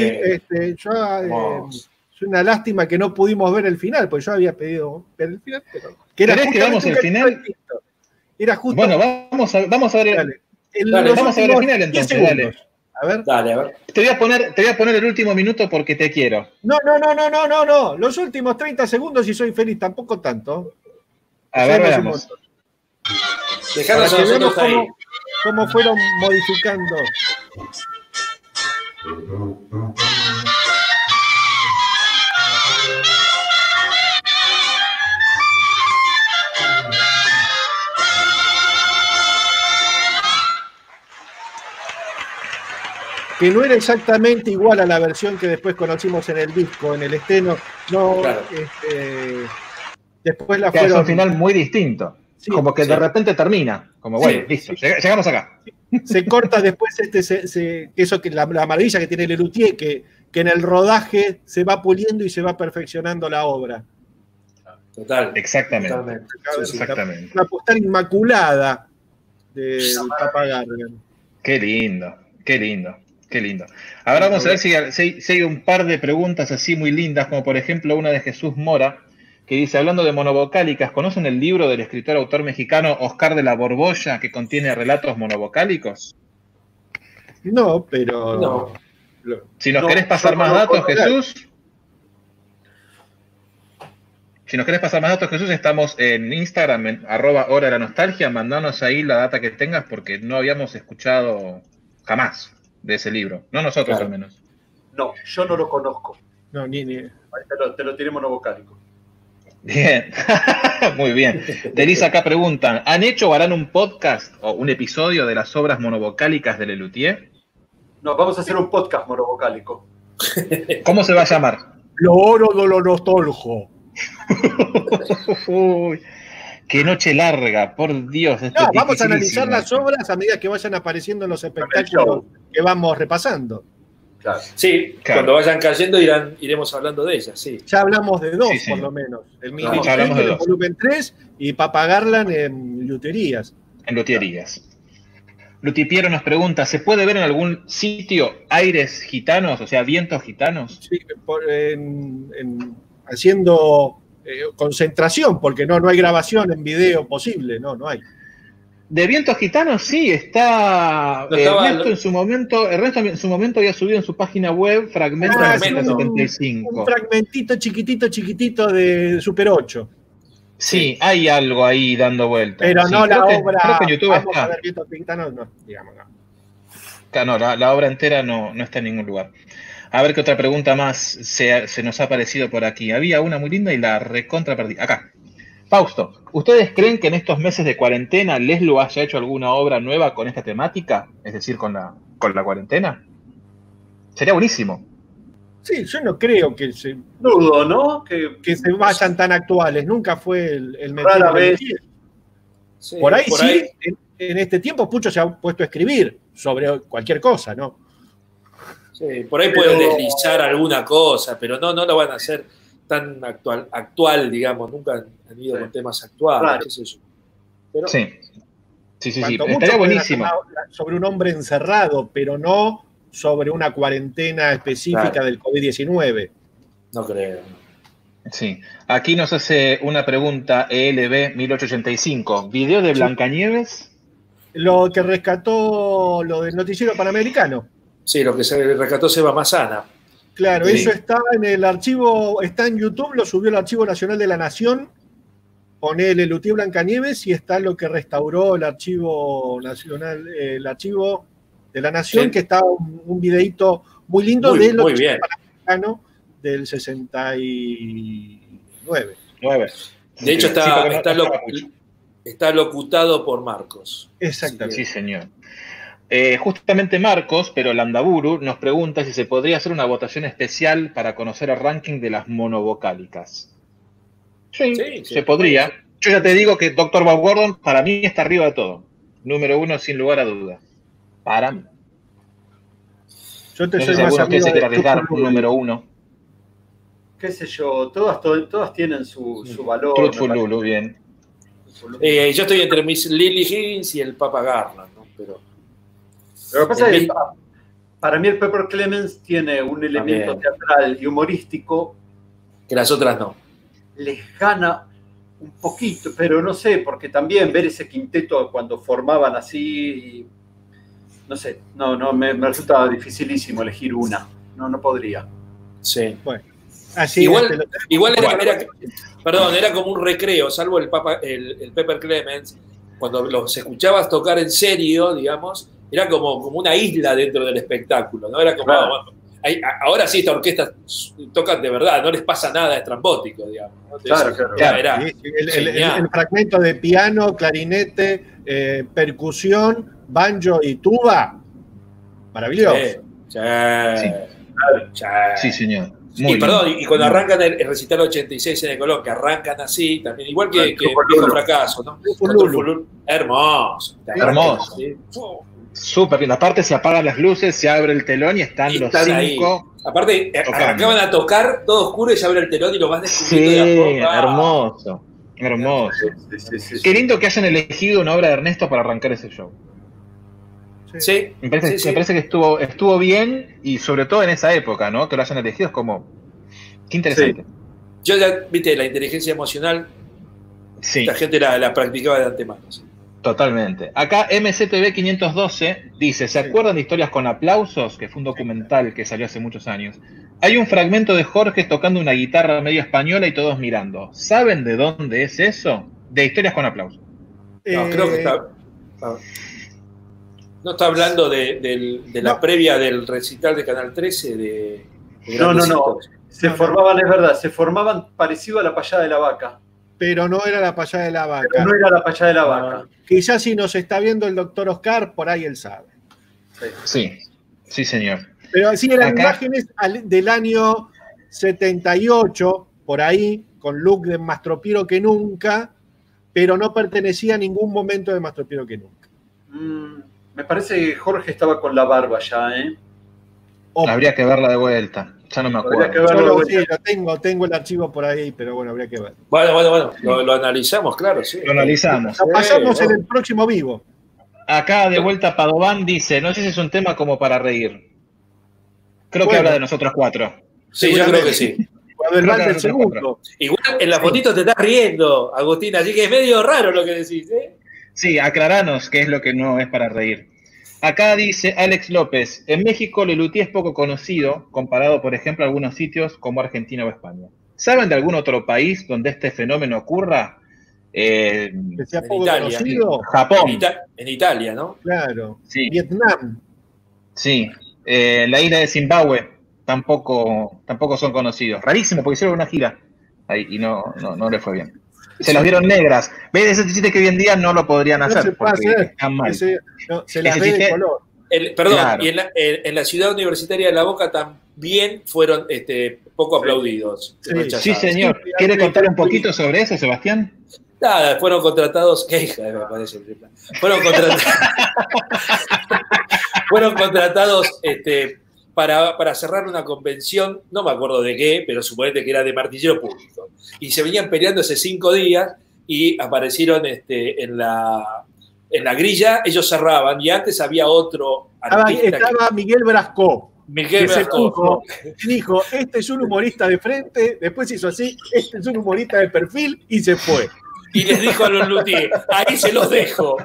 Speaker 6: es una lástima que no pudimos ver el final, porque yo había pedido ver el final, pero...
Speaker 2: ¿Querés que veamos el final?
Speaker 6: Era justo...
Speaker 2: Bueno, vamos a ver vamos a ver el final entonces, dale.
Speaker 6: A ver.
Speaker 4: Dale, a ver.
Speaker 2: Te voy a poner el último minuto porque te quiero.
Speaker 6: No. Los últimos 30 segundos y soy feliz, tampoco tanto.
Speaker 2: A ver, veamos.
Speaker 4: Dejarnos a nosotros ahí.
Speaker 6: Cómo fueron modificando. que no era exactamente igual a la versión que después conocimos en el disco, en el estreno. No,
Speaker 4: Claro.
Speaker 6: Después la
Speaker 2: Que es
Speaker 6: fueron...
Speaker 2: un final muy distinto.
Speaker 6: Sí,
Speaker 2: como que
Speaker 4: sí.
Speaker 2: de repente termina. Como, bueno, listo, llegamos acá.
Speaker 6: Se corta después eso que la maravilla que tiene Lelutier, que en el rodaje se va puliendo y se va perfeccionando la obra.
Speaker 4: Total.
Speaker 2: Exactamente.
Speaker 4: Totalmente.
Speaker 2: Exactamente.
Speaker 6: Una postal inmaculada de Papa Garland.
Speaker 2: Qué lindo, qué lindo, qué lindo. Ahora vamos a ver si hay un par de preguntas así muy lindas, como por ejemplo una de Jesús Mora, que dice, hablando de monovocálicas, ¿conocen el libro del escritor-autor mexicano Oscar de la Borbolla, que contiene relatos monovocálicos?
Speaker 6: No, pero...
Speaker 4: No.
Speaker 2: Si nos querés pasar más datos, Jesús... Si nos querés pasar más datos, Jesús, estamos en Instagram, en @hora de la nostalgia. Mandanos ahí la data que tengas, porque no habíamos escuchado jamás de ese libro. No nosotros,
Speaker 4: Claro.
Speaker 2: al menos.
Speaker 3: No, yo no lo conozco.
Speaker 6: No, ni...
Speaker 3: Ahí te lo tiene monovocálico.
Speaker 2: Bien, muy bien. Teresa acá preguntan, ¿han hecho o harán un podcast o un episodio de las obras monovocálicas de Lelutier?
Speaker 3: No, vamos a hacer un podcast monovocálico.
Speaker 2: ¿Cómo se va a llamar?
Speaker 6: Lo oro de lo nostoljo.
Speaker 2: Uy, qué noche larga, por Dios. Esto
Speaker 6: No,
Speaker 2: es
Speaker 6: vamos a analizar
Speaker 2: dificilísimo.
Speaker 6: las obras a medida que vayan apareciendo en los espectáculos que vamos repasando.
Speaker 3: Claro.
Speaker 4: Sí,
Speaker 2: Claro.
Speaker 4: cuando vayan cayendo iremos hablando de ellas, sí.
Speaker 6: Ya hablamos de dos,
Speaker 2: Sí, sí.
Speaker 6: por lo menos. El
Speaker 4: Claro,
Speaker 6: Mini
Speaker 2: ya hablamos de
Speaker 6: el
Speaker 2: dos.
Speaker 6: volumen 3 y Papa Garland en Luterías.
Speaker 2: En Lutierías. Lutipiero nos pregunta, ¿se puede ver en algún sitio aires gitanos, o sea, vientos gitanos?
Speaker 6: Sí, haciendo concentración, porque no hay grabación en video posible, no hay.
Speaker 2: De vientos gitanos, sí, está.
Speaker 4: No estaba-
Speaker 2: Ernesto en su momento había subido en su página web fragmentos de
Speaker 4: fragmento.
Speaker 2: 75.
Speaker 6: Un fragmentito chiquitito de Super 8.
Speaker 2: Sí, hay algo ahí dando vueltas.
Speaker 6: Pero
Speaker 2: Sí,
Speaker 6: no la
Speaker 2: creo
Speaker 6: obra.
Speaker 2: creo que en YouTube
Speaker 6: Vamos
Speaker 2: está.
Speaker 6: a ver vientos gitanos, no, digamos, no.
Speaker 2: No, la obra entera no está en ningún lugar. A ver qué otra pregunta más se nos ha aparecido por aquí. Había una muy linda y la recontra perdí. Acá. Fausto, ¿ustedes creen que en estos meses de cuarentena Leslo haya hecho alguna obra nueva con esta temática? Es decir, con la cuarentena. Sería buenísimo.
Speaker 6: Sí, yo no creo que se
Speaker 3: Dudo, ¿no? Que
Speaker 6: vayan tan actuales. Nunca fue el
Speaker 3: Rara vez.
Speaker 4: Sí,
Speaker 6: Por ahí sí, en este tiempo Pucho se ha puesto a escribir sobre cualquier cosa, ¿no?
Speaker 4: Sí, por ahí pueden deslizar alguna cosa, pero no lo van a hacer tan actual, digamos. Nunca han ido con temas actuales,
Speaker 3: Claro.
Speaker 4: qué sé yo. Pero,
Speaker 2: Sí. Sí.
Speaker 6: Cuanto mucho
Speaker 2: Estaría
Speaker 6: pueden
Speaker 2: buenísimo.
Speaker 6: hacer sobre un hombre encerrado, pero no sobre una cuarentena específica
Speaker 4: Claro.
Speaker 6: del COVID-19.
Speaker 4: no creo.
Speaker 2: Sí. Aquí nos hace una pregunta ELB 1885. ¿Video de Blancanieves?
Speaker 6: Lo que rescató lo del noticiero panamericano.
Speaker 4: Sí, lo que se rescató Seba Massana.
Speaker 6: Claro,
Speaker 2: Sí.
Speaker 6: eso está en el archivo, está en YouTube, lo subió el Archivo Nacional de la Nación. Poné Lelutier Blancanieves y está lo que restauró el Archivo Nacional, el Archivo de la Nación,
Speaker 4: Sí.
Speaker 6: que está un videíto muy lindo
Speaker 4: Muy,
Speaker 6: de lo
Speaker 4: muy bien.
Speaker 6: Panamericano del 69.
Speaker 2: 9.
Speaker 4: De hecho,
Speaker 2: Sí, porque no estaba mucho.
Speaker 4: está locutado por Marcos.
Speaker 6: Exactamente.
Speaker 2: Sí, señor. Justamente Marcos, pero Landaburu, nos pregunta si se podría hacer una votación especial para conocer el ranking de las monovocálicas. Sí,
Speaker 4: Sí,
Speaker 2: se podría. Yo ya te digo que Dr. Bob Gordon para mí está arriba de todo. Número 1 sin lugar a dudas. Para mí.
Speaker 6: Yo te
Speaker 2: No sé
Speaker 6: soy
Speaker 2: si
Speaker 6: más
Speaker 2: alguno de ustedes se
Speaker 6: amigo
Speaker 2: quiere
Speaker 6: de
Speaker 2: arriesgar
Speaker 6: Truthful
Speaker 2: un número 1.
Speaker 3: qué sé yo, todas tienen su valor.
Speaker 2: Truthful
Speaker 3: me parece.
Speaker 2: Lulu, bien.
Speaker 4: Yo estoy entre Miss Lily Higgins y el Papa Garland, ¿no? Pero
Speaker 3: Lo que pasa
Speaker 4: El
Speaker 3: es
Speaker 4: mi-
Speaker 3: que para mí el Pepper Clemens tiene un elemento
Speaker 4: También.
Speaker 3: teatral y humorístico,
Speaker 4: que las otras no.
Speaker 3: les gana un poquito, pero no sé, porque también ver ese quinteto cuando formaban así, no sé, me resulta dificilísimo elegir una, no podría.
Speaker 4: Sí.
Speaker 6: Así
Speaker 4: Igual era como un recreo, salvo el Pepper Clemens, cuando los escuchabas tocar en serio, digamos, era como una isla dentro del espectáculo, ¿no? Era como,
Speaker 3: Claro.
Speaker 4: ahora sí, esta orquesta tocan de verdad, no les pasa nada estrambótico, digamos, ¿no?
Speaker 3: Claro.
Speaker 4: Era
Speaker 6: Sí, el
Speaker 4: genial.
Speaker 6: fragmento de piano, clarinete, percusión, banjo y tuba, maravilloso.
Speaker 2: Sí, señor.
Speaker 4: Y cuando arrancan el recital 86 en el Colón, que arrancan así, también, igual que Viejo Fracaso, ¿no? Hermoso.
Speaker 2: Hermoso. ¿Sí? Súper bien. Aparte se apagan las luces, se abre el telón y están los 5.
Speaker 4: Ahí. Aparte, arrancaban a tocar, todo oscuro, y se abre el telón y lo vas descubriendo de a poco.
Speaker 2: Hermoso. Hermoso. Sí. Qué lindo que hayan elegido una obra de Ernesto para arrancar ese show.
Speaker 4: Sí.
Speaker 2: Me parece que estuvo bien, y sobre todo en esa época, ¿no? Que lo hayan elegido es como... Qué interesante.
Speaker 4: Sí. Yo ya, viste, la inteligencia emocional, la gente la practicaba de antemano. ¿Sí?
Speaker 2: Totalmente. Acá MCTV 512 dice, ¿se acuerdan de Historias con Aplausos? Que fue un documental que salió hace muchos años. Hay un fragmento de Jorge tocando una guitarra medio española y todos mirando. ¿Saben de dónde es eso? De Historias con Aplausos.
Speaker 4: No, creo que está... ¿No está hablando de la previa del recital de Canal 13?
Speaker 3: No. Se formaban parecido a la payada de la vaca.
Speaker 6: Pero no era la payada de la vaca. Quizás si nos está viendo el doctor Oscar, por ahí él sabe.
Speaker 2: Sí, señor.
Speaker 6: Pero sí eran imágenes del año 78, por ahí, con look de Más Tropiero que Nunca, pero no pertenecía a ningún momento de Más Tropiero que Nunca.
Speaker 3: Me parece que Jorge estaba con la barba ya, ¿eh?
Speaker 2: Habría que verla de vuelta. Ya no me acuerdo.
Speaker 6: Sí, tengo el archivo por ahí, pero bueno, habría que ver.
Speaker 4: Bueno. Lo analizamos, claro, sí.
Speaker 2: Lo analizamos.
Speaker 6: Lo pasamos en el próximo vivo.
Speaker 2: Acá de vuelta Padovan dice, no sé si es un tema como para reír. Creo que habla de nosotros 4.
Speaker 4: Sí, yo creo que sí.
Speaker 6: Del segundo.
Speaker 4: Igual en la fotito te estás riendo, Agustín, así que es medio raro lo que decís, ¿eh?
Speaker 2: Sí, aclaranos qué es lo que no es para reír. Acá dice Alex López, en México Lelutier es poco conocido, comparado, por ejemplo, a algunos sitios como Argentina o España. ¿Saben de algún otro país donde este fenómeno ocurra?
Speaker 6: Que sea poco conocido.
Speaker 2: Japón.
Speaker 4: En Italia, ¿no?
Speaker 6: Claro.
Speaker 2: Sí.
Speaker 6: Vietnam.
Speaker 2: Sí. La isla de Zimbabue tampoco son conocidos. Rarísimo, porque hicieron una gira ahí y no le fue bien. Se las vieron negras. ¿Ves? Ese chiste que hoy en día no lo podrían hacer porque están mal.
Speaker 6: Se las ve de color.
Speaker 4: Claro. Y en la ciudad universitaria de La Boca también fueron poco aplaudidos.
Speaker 2: Sí, señor. ¿Quiere contar un poquito sobre eso, Sebastián?
Speaker 4: Nada, fueron contratados. ¿Qué hija me parece? Fueron contratados para cerrar una convención, no me acuerdo de qué, pero suponete que era de martillero público. Y se venían peleando hace 5 días y aparecieron en la grilla, ellos cerraban, y antes había otro artista.
Speaker 6: Estaba Miguel Brasco.
Speaker 4: Miguel Brasco.
Speaker 6: Dijo, este es un humorista de frente, después hizo así, este es un humorista de perfil, y se fue.
Speaker 4: Y les dijo a los luthiers, ahí se los dejo.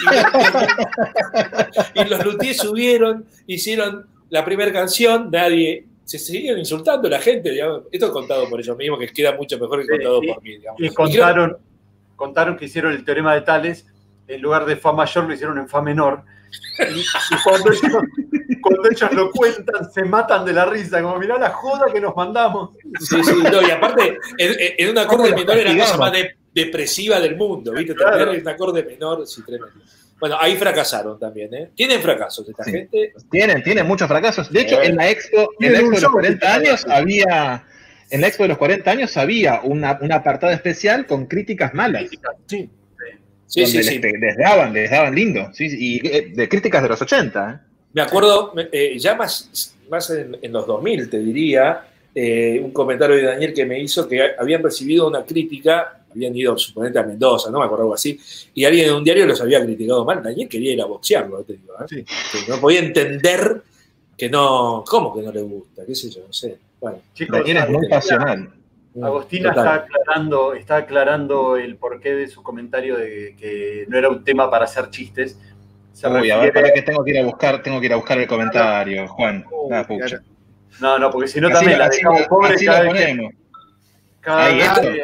Speaker 4: Y los luthiers subieron, hicieron la primera canción, se seguían insultando a la gente, digamos. Esto es contado por ellos mismos, que queda mucho mejor que contado por mí, digamos.
Speaker 3: Y contaron que hicieron el teorema de Tales, en lugar de fa mayor lo hicieron en fa menor. Y cuando ellos lo cuentan, se matan de la risa, como mirá la joda que nos mandamos.
Speaker 4: Sí, no, y aparte, en un acorde menor era la cosa más depresiva del mundo, ¿viste? Claro. En un acorde menor, sí, tremendo. Bueno, ahí fracasaron también, ¿eh? ¿Tienen fracasos esta gente?
Speaker 2: Tienen muchos fracasos. De hecho, en la Expo de los 40 años había... En la Expo de los 40 años había un apartado especial con críticas malas.
Speaker 6: Sí.
Speaker 2: Les daban lindo. Sí, y de críticas de los 80.
Speaker 4: Me acuerdo, ya más en los 2000, te diría, un comentario de Daniel que me hizo que habían recibido una crítica, habían ido suponente a Mendoza, no me acuerdo, algo así, y alguien en un diario los había criticado mal. Daniel quería ir a boxearlo, te digo,
Speaker 6: sí.
Speaker 4: Que no podía entender que no, ¿cómo que no le gusta? ¿Qué sé yo? No sé. Bueno,
Speaker 2: chicos, Daniel es muy pasional.
Speaker 3: Agostina está aclarando el porqué de su comentario de que no era un tema para hacer chistes.
Speaker 2: A ver, para que tengo que ir a buscar el comentario, Juan.
Speaker 3: No, porque si no también la dejamos pobre cada vez que...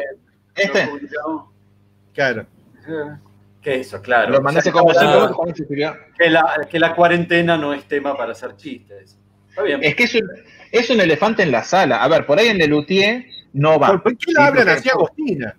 Speaker 6: Claro.
Speaker 3: Que eso, claro.
Speaker 2: Lo mandaste como
Speaker 3: que la cuarentena no es tema para hacer chistes. Está bien.
Speaker 2: Es que es un elefante en la sala. A ver, por ahí en Lelutier no va.
Speaker 6: ¿Por qué le hablan así a Agostina?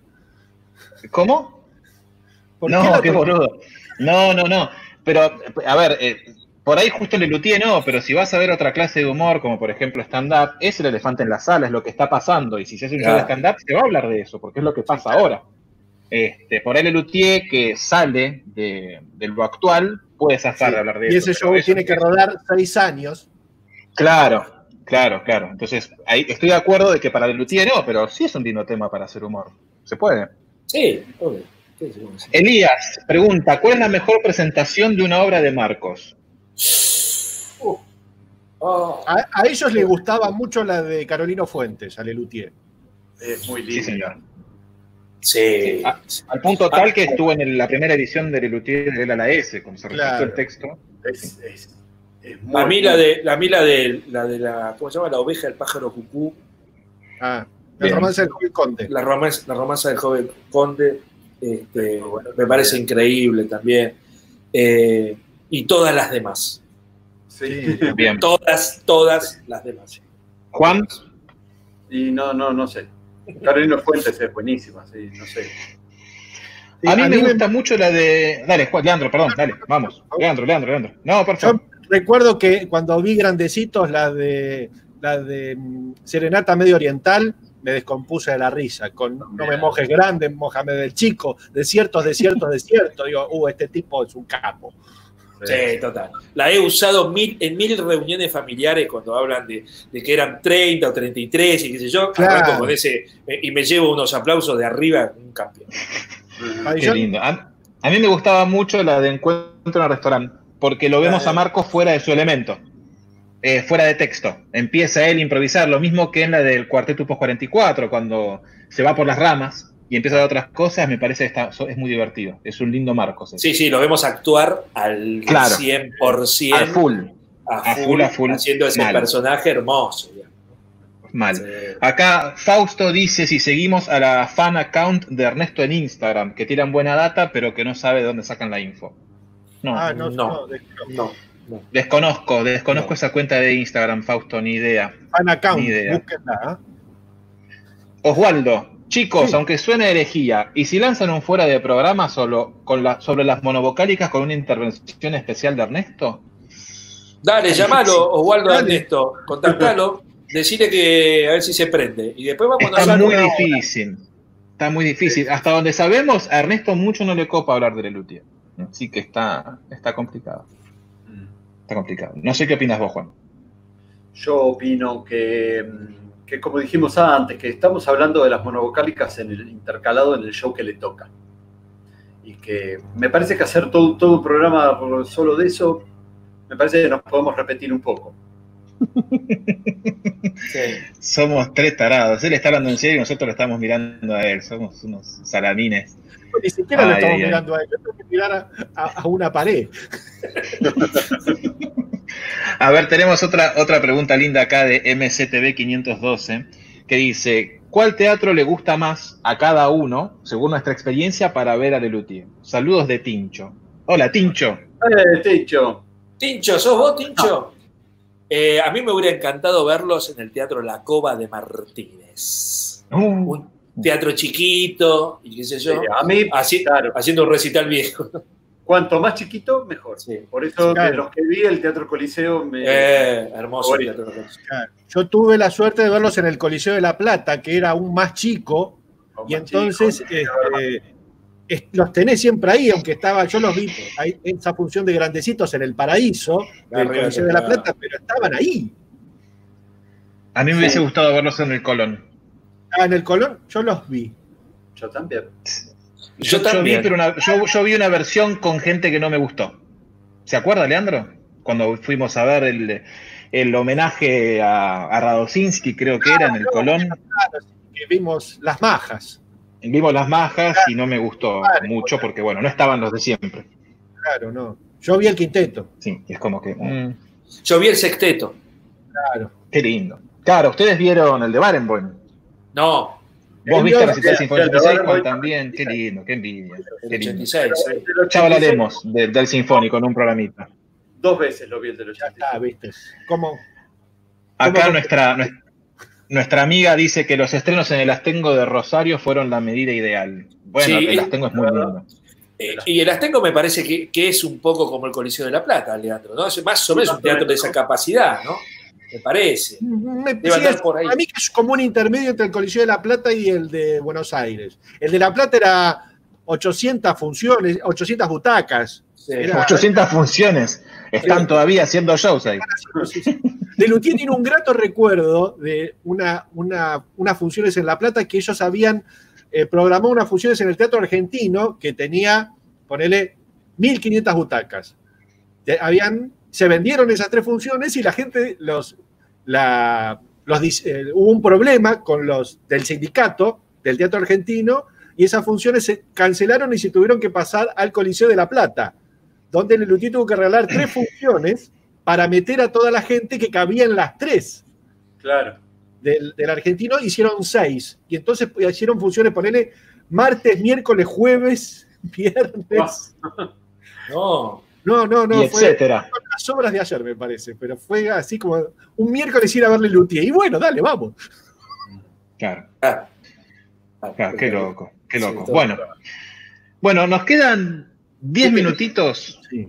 Speaker 2: ¿Cómo? No, qué boludo. No. Pero, a ver, por ahí justo Lelutier no, pero si vas a ver otra clase de humor, como por ejemplo stand-up, es el elefante en la sala, es lo que está pasando. Y si se hace un show de stand-up, se va a hablar de eso, porque es lo que pasa ahora. Por ahí Lelutier, que sale de lo actual, puede zafar de hablar de eso.
Speaker 6: Y ese show tiene que rodar 6 años.
Speaker 2: Claro. Entonces, ahí estoy de acuerdo de que para Lelutier no, pero sí es un lindo tema para hacer humor. ¿Se puede?
Speaker 4: Sí, obvio. Sí.
Speaker 2: Elías pregunta, ¿cuál es la mejor presentación de una obra de Marcos?
Speaker 6: A ellos les gustaba mucho la de Carolino Fuentes, a Lelutier.
Speaker 3: Es muy linda.
Speaker 2: Sí, señor.
Speaker 4: Sí.
Speaker 2: Al punto tal que estuvo en la primera edición de Lelutier de la S, cuando se registró el texto.
Speaker 3: Es muy,
Speaker 4: a mí la de la ¿cómo se llama? La oveja del pájaro cucú.
Speaker 6: El romance del joven conde.
Speaker 4: La romanza del joven conde, me parece increíble también. Y todas las demás.
Speaker 3: Sí,
Speaker 2: bien.
Speaker 4: Todas las demás.
Speaker 2: Juan.
Speaker 3: Y no sé. Carolina Fuentes es buenísima, sí, no sé.
Speaker 2: A mí me gusta mucho la de... Dale, Juan, Leandro, perdón, dale, vamos. Leandro. No, por favor.
Speaker 6: Yo recuerdo que cuando vi Grandecitos la de Serenata Medio Oriental, me descompuse de la risa. Con No me mojes grande, mójame del chico, desiertos. Digo, este tipo es un capo.
Speaker 4: Sí, total. La he usado en mil reuniones familiares cuando hablan de que eran 30 o 33 y qué sé yo.
Speaker 6: Claro.
Speaker 4: Arranco con ese y me llevo unos aplausos de arriba, un campeón.
Speaker 2: Qué lindo. A mí me gustaba mucho la de Encuentro en el restaurante, porque lo vemos a Marcos fuera de su elemento, fuera de texto. Empieza él a improvisar, lo mismo que en la del Cuarteto Post 44, cuando se va por las ramas y empieza a dar otras cosas, me parece que es muy divertido. Es un lindo Marcos.
Speaker 4: Sí, lo vemos actuar al 100%.
Speaker 2: A full.
Speaker 4: Haciendo ese personaje hermoso.
Speaker 2: Mal. Sí. Acá Fausto dice si seguimos a la fan account de Ernesto en Instagram, que tiran buena data, pero que no sabe de dónde sacan la info. No. Desconozco esa cuenta de Instagram, Fausto, ni idea.
Speaker 6: Fan account, búsquenla.
Speaker 2: Oswaldo, chicos, aunque suene herejía, ¿y si lanzan un fuera de programa sobre las monovocálicas con una intervención especial de Ernesto?
Speaker 4: Dale, llamalo, Oswaldo, a Ernesto, contactalo. Decirle que a ver si se prende. Y después vamos
Speaker 2: a muy difícil. Está muy difícil. Hasta donde sabemos, a Ernesto mucho no le copa hablar de Lelutier. Así que está complicado. Está complicado. No sé qué opinas vos, Juan.
Speaker 3: Yo opino que como dijimos antes, que estamos hablando de las monovocálicas en el intercalado en el show que le toca. Y que me parece que hacer todo un programa solo de eso, me parece que nos podemos repetir un poco.
Speaker 2: Sí. Somos 3 tarados. Él está hablando en serio y nosotros lo estamos mirando a él. Somos unos salamines.
Speaker 6: Ni siquiera lo estamos mirando a él. Yo tengo que mirar a una pared.
Speaker 2: A ver, tenemos otra pregunta linda acá de MCTV 512 que dice: ¿cuál teatro le gusta más a cada uno, según nuestra experiencia, para ver a Lelutier? Saludos de Tincho. Hola, Tincho.
Speaker 3: Tincho.
Speaker 4: Tincho, ¿sos vos, Tincho? A mí me hubiera encantado verlos en el Teatro La Cova de Martínez. Un teatro chiquito, y qué sé yo,
Speaker 3: a mí,
Speaker 4: haciendo un recital viejo.
Speaker 3: Cuanto más chiquito, mejor. Sí. Por eso, de los que vi, el Teatro Coliseo
Speaker 4: hermoso el Teatro Coliseo.
Speaker 6: Claro. Yo tuve la suerte de verlos en el Coliseo de La Plata, que era aún más chico, y entonces los tenés siempre ahí, aunque yo los vi ahí, en esa función de Grandecitos en el Paraíso, del Coliseo de La Plata, pero estaban ahí.
Speaker 2: A mí me hubiese gustado verlos en el Colón.
Speaker 6: En el Colón yo los vi.
Speaker 3: Yo también.
Speaker 2: Yo también. Pero yo vi una versión con gente que no me gustó. ¿Se acuerda, Leandro? Cuando fuimos a ver el homenaje a Radosinski, creo que era en el Colón.
Speaker 6: Claro, que vimos Las Majas.
Speaker 2: Vimos Las Majas y no me gustó mucho porque, bueno, no estaban los de siempre.
Speaker 6: Claro, no. Yo vi el quinteto.
Speaker 2: Sí, es como que...
Speaker 4: Yo vi el sexteto.
Speaker 6: Claro.
Speaker 2: Qué lindo. Claro, ¿ustedes vieron el de Barenboim?
Speaker 4: No.
Speaker 2: ¿Vos viste el recital Sinfónico 86, Juan, también? Qué lindo, qué envidia.
Speaker 4: El 86, sí.
Speaker 2: Ya hablaremos del Sinfónico en un programita.
Speaker 3: 2 veces lo vi el del 86.
Speaker 6: Ya está, viste. ¿Cómo?
Speaker 2: Acá nuestra amiga dice que los estrenos en el Astengo de Rosario fueron la medida ideal. Bueno, sí, el Astengo es muy lindo.
Speaker 4: Y el Astenco me parece que es un poco como el Coliseo de La Plata, Leandro, ¿no? Es más o menos un teatro de esa capacidad, ¿no? Me parece.
Speaker 6: Por ahí. A mí es como un intermedio entre el Coliseo de La Plata y el de Buenos Aires. El de La Plata era 800 funciones, 800 butacas.
Speaker 2: Sí. 800 funciones. Están todavía haciendo shows ahí.
Speaker 6: Lelutier tiene un grato recuerdo de unas funciones en La Plata que ellos habían programado unas funciones en el Teatro Argentino que tenía, ponele, 1.500 butacas. Se vendieron esas 3 funciones y la gente, hubo un problema con los del sindicato del Teatro Argentino y esas funciones se cancelaron y se tuvieron que pasar al Coliseo de La Plata, donde Lelutier tuvo que regalar 3 funciones para meter a toda la gente que cabía en las 3.
Speaker 3: Claro.
Speaker 6: Del Argentino hicieron 6. Y entonces hicieron funciones, ponele, martes, miércoles, jueves, viernes.
Speaker 4: No.
Speaker 6: No.
Speaker 2: Y etcétera.
Speaker 6: Fue las obras de ayer, me parece. Pero fue así como un miércoles ir a verle Lelutier. Y bueno, dale, vamos.
Speaker 2: Claro, qué loco. Sí, bueno, nos quedan 10 minutitos.
Speaker 6: Sí.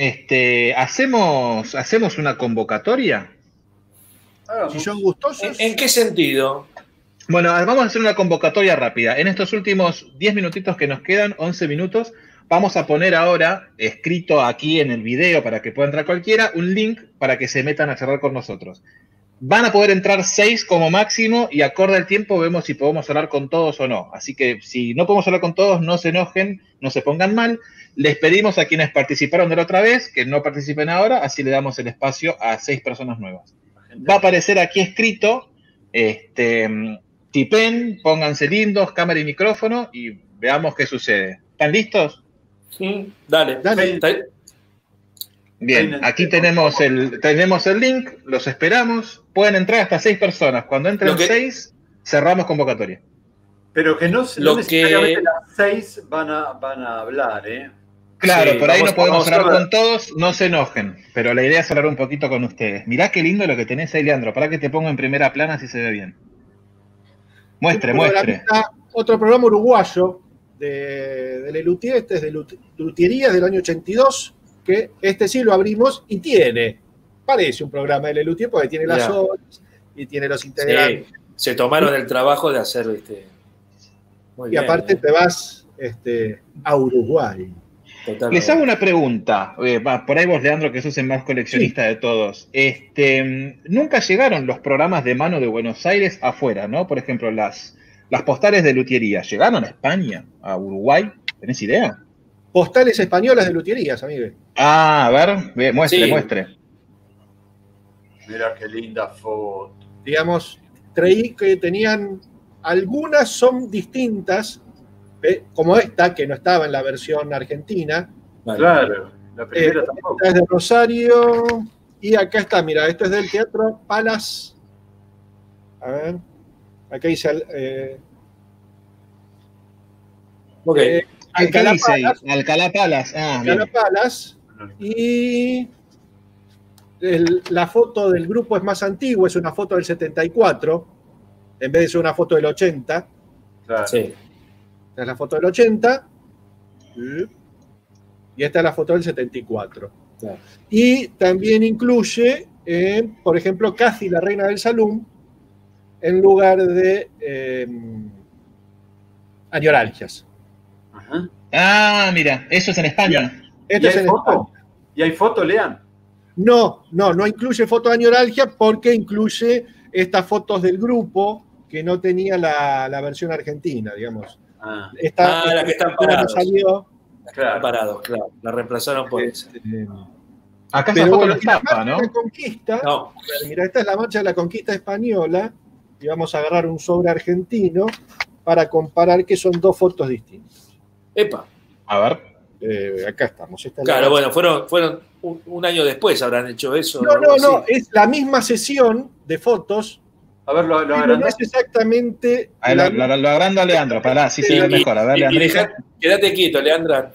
Speaker 2: ¿Hacemos una convocatoria?
Speaker 6: Si son gustosos.
Speaker 4: ¿En qué sentido?
Speaker 2: Bueno, vamos a hacer una convocatoria rápida. En estos últimos 10 minutitos que nos quedan, 11 minutos, vamos a poner ahora, escrito aquí en el video para que pueda entrar cualquiera, un link para que se metan a charlar con nosotros. Van a poder entrar 6 como máximo y acorde al tiempo vemos si podemos hablar con todos o no. Así que si no podemos hablar con todos, no se enojen, no se pongan mal. Les pedimos a quienes participaron de la otra vez que no participen ahora, así le damos el espacio a 6 personas nuevas. Va a aparecer aquí escrito, tipen, pónganse lindos, cámara y micrófono y veamos qué sucede. ¿Están listos?
Speaker 4: Sí, dale.
Speaker 2: Bien, aquí tenemos el link, los esperamos. Pueden entrar hasta 6 personas. Cuando entren 6, cerramos convocatoria.
Speaker 3: Pero que no necesariamente las 6 van a hablar, ¿eh?
Speaker 2: Claro, sí, por ahí no podemos hablar con todos, no se enojen, pero la idea es hablar un poquito con ustedes. Mirá qué lindo lo que tenés ahí, Leandro, para que te pongo en primera plana si se ve bien. Muestre.
Speaker 6: Otro programa uruguayo de Lelutier, este es de Lutierías del año 82, que este sí lo abrimos y parece un programa de Lelutier porque tiene las horas y tiene los integrantes.
Speaker 4: Sí, se tomaron el trabajo de hacer muy bien,
Speaker 6: aparte te vas a Uruguay.
Speaker 2: Totalmente. Les hago una pregunta, por ahí vos, Leandro, que sos el más coleccionista de todos. Nunca llegaron los programas de mano de Buenos Aires afuera, ¿no? Por ejemplo, las postales de Lutiería, ¿llegaron a España, a Uruguay? ¿Tenés idea?
Speaker 6: Postales españolas de Lutierías, amigo.
Speaker 2: A ver, muestre.
Speaker 3: Mira qué linda foto.
Speaker 6: Digamos, creí que tenían, algunas son distintas, como esta, que no estaba en la versión argentina.
Speaker 3: Claro, la primera tampoco.
Speaker 6: Esta es de Rosario, y acá está, mira, esto es del Teatro Palas. A ver, acá dice...
Speaker 2: Alcalá Palas.
Speaker 6: Alcalá Palas. Y la foto del grupo es más antigua, es una foto del 74, en vez de ser una foto del 80.
Speaker 3: Claro.
Speaker 4: Sí.
Speaker 6: Esta es la foto del 80 y esta es la foto del 74.
Speaker 4: Claro.
Speaker 6: Y también incluye, por ejemplo, Cathy, la reina del salón, en lugar de Añoralgias.
Speaker 2: Ajá. Mira, eso es en España.
Speaker 3: ¿Y hay foto, Lean?
Speaker 6: No incluye foto de Añoralgia porque incluye estas fotos del grupo que no tenía la versión argentina, digamos.
Speaker 4: La que están parados. Parados, claro. La reemplazaron por esa.
Speaker 2: Acá esa foto no estaba, ¿no?
Speaker 6: No. Mira, esta es la marcha de la conquista española y vamos a agarrar un sobre argentino para comparar que son 2 fotos distintas.
Speaker 4: Epa.
Speaker 2: A ver.
Speaker 6: Acá estamos.
Speaker 4: Claro, bueno, fueron un año después habrán hecho eso.
Speaker 6: No, es la misma sesión de fotos.
Speaker 3: A ver, lo
Speaker 6: no es exactamente.
Speaker 2: Lo agranda Leandro, para así se ve mejor. A ver, Leandro.
Speaker 4: Quédate quieto, Leandra.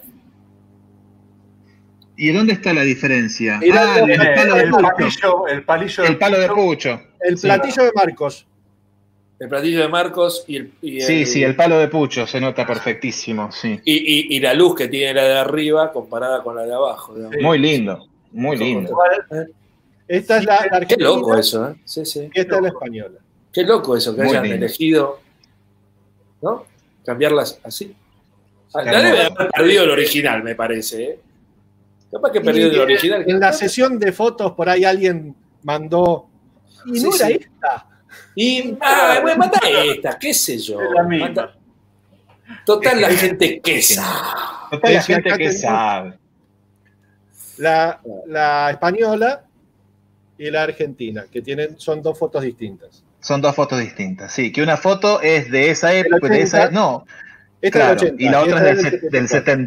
Speaker 2: ¿Y dónde está la diferencia?
Speaker 3: El palo de Pucho.
Speaker 2: El palo de Pucho.
Speaker 6: El platillo de Marcos.
Speaker 4: El platillo de Marcos y
Speaker 2: el palo de Pucho se nota perfectísimo, sí.
Speaker 4: Y la luz que tiene la de arriba comparada con la de abajo.
Speaker 2: Sí. Muy lindo, muy lindo.
Speaker 6: Esta es la argentina.
Speaker 4: Qué loco eso, ¿eh? Sí.
Speaker 6: Y esta es la española.
Speaker 4: Qué loco eso, que hayan elegido, ¿no? Cambiarlas así. La debe haber perdido el original, me parece, ¿eh? Capaz que perdió el original.
Speaker 6: En la sesión de fotos por ahí alguien mandó. Y no era esta.
Speaker 4: Y mata esta, qué sé yo. Total, la gente que sabe.
Speaker 2: Total, la gente que sabe.
Speaker 6: La española y la argentina, que son dos fotos distintas.
Speaker 2: Son dos fotos distintas, sí. Que una foto es de esa época, no.
Speaker 6: Esta
Speaker 2: claro,
Speaker 6: es del 80,
Speaker 2: y la otra es
Speaker 6: del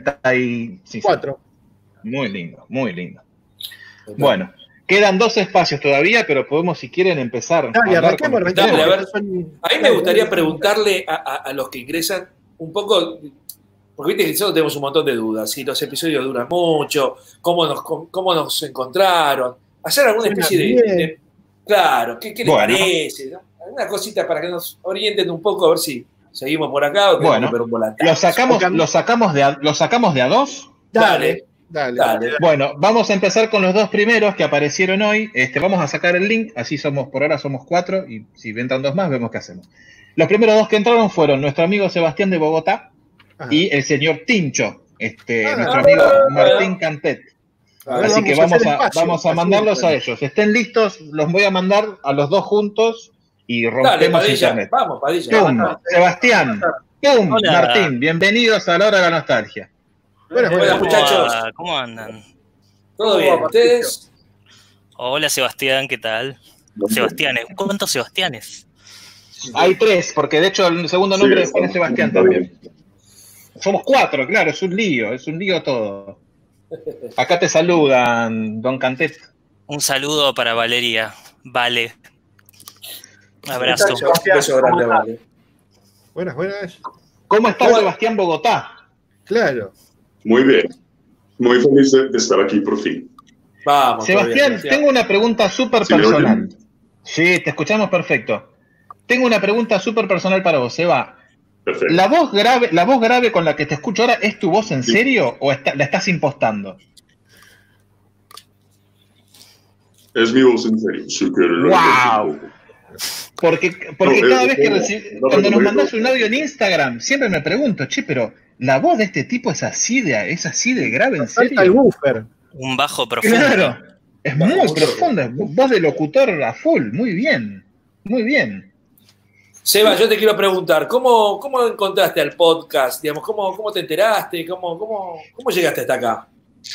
Speaker 2: 74. Muy lindo, muy lindo. Bueno. Quedan 2 espacios todavía, pero podemos, si quieren, empezar.
Speaker 4: Dale, a ver, a mí me gustaría preguntarle a los que ingresan un poco, porque viste que nosotros tenemos un montón de dudas, si los episodios duran mucho, cómo nos encontraron, hacer alguna especie de claro, ¿qué les parece? ¿No? Alguna cosita para que nos orienten un poco, a ver si seguimos por acá o tenemos que ver un volantazo.
Speaker 2: ¿Lo sacamos de a 2?
Speaker 6: Dale.
Speaker 2: Bueno, vamos a empezar con los 2 primeros que aparecieron hoy. Vamos a sacar el link, así por ahora somos 4 y si entran 2 más vemos qué hacemos. Los primeros 2 que entraron fueron nuestro amigo Sebastián de Bogotá y el señor Tincho, nuestro amigo Martín Cantet. Así que vamos a mandarlos a ellos. Estén listos, los voy a mandar a los 2 juntos y rompemos internet.
Speaker 4: Vamos, Padilla.
Speaker 2: ¡Pum! Sebastián. ¡Pum! Hola. Martín, bienvenidos a la hora de la nostalgia.
Speaker 4: Buenas, muchachos.
Speaker 9: ¿Cómo andan?
Speaker 4: ¿Todo bien? ¿Ustedes?
Speaker 9: Hola, Sebastián, ¿qué tal? Sebastianes. ¿Cuántos Sebastianes?
Speaker 2: Hay 3, porque de hecho el segundo nombre es Sebastián también. Somos 4, claro, es un lío todo. Acá te saludan, don Cantet.
Speaker 9: Un saludo para Valeria. Vale. Abrazo.
Speaker 4: Un beso grande, Vale.
Speaker 6: Buenas.
Speaker 2: ¿Cómo está Sebastián Bogotá?
Speaker 6: Claro.
Speaker 10: Muy bien. Muy feliz de estar aquí por fin.
Speaker 2: Vamos. Sebastián, tengo una pregunta súper personal. Sí, te escuchamos perfecto. Tengo una pregunta súper personal para vos, Seba.
Speaker 10: Perfecto.
Speaker 2: ¿La voz grave con la que te escucho ahora es tu voz en serio o la estás impostando?
Speaker 10: Es mi voz en serio.
Speaker 2: ¡Wow! Porque cada vez que cuando nos mandas un audio en Instagram, siempre me pregunto, pero ¿la voz de este tipo es así de grave, en serio?
Speaker 6: El buffer.
Speaker 9: Un bajo profundo.
Speaker 2: Claro, es muy profundo, es voz de locutor a full, muy bien.
Speaker 4: Seba, yo te quiero preguntar, ¿cómo encontraste al podcast? Digamos, ¿cómo te enteraste? ¿Cómo llegaste hasta acá?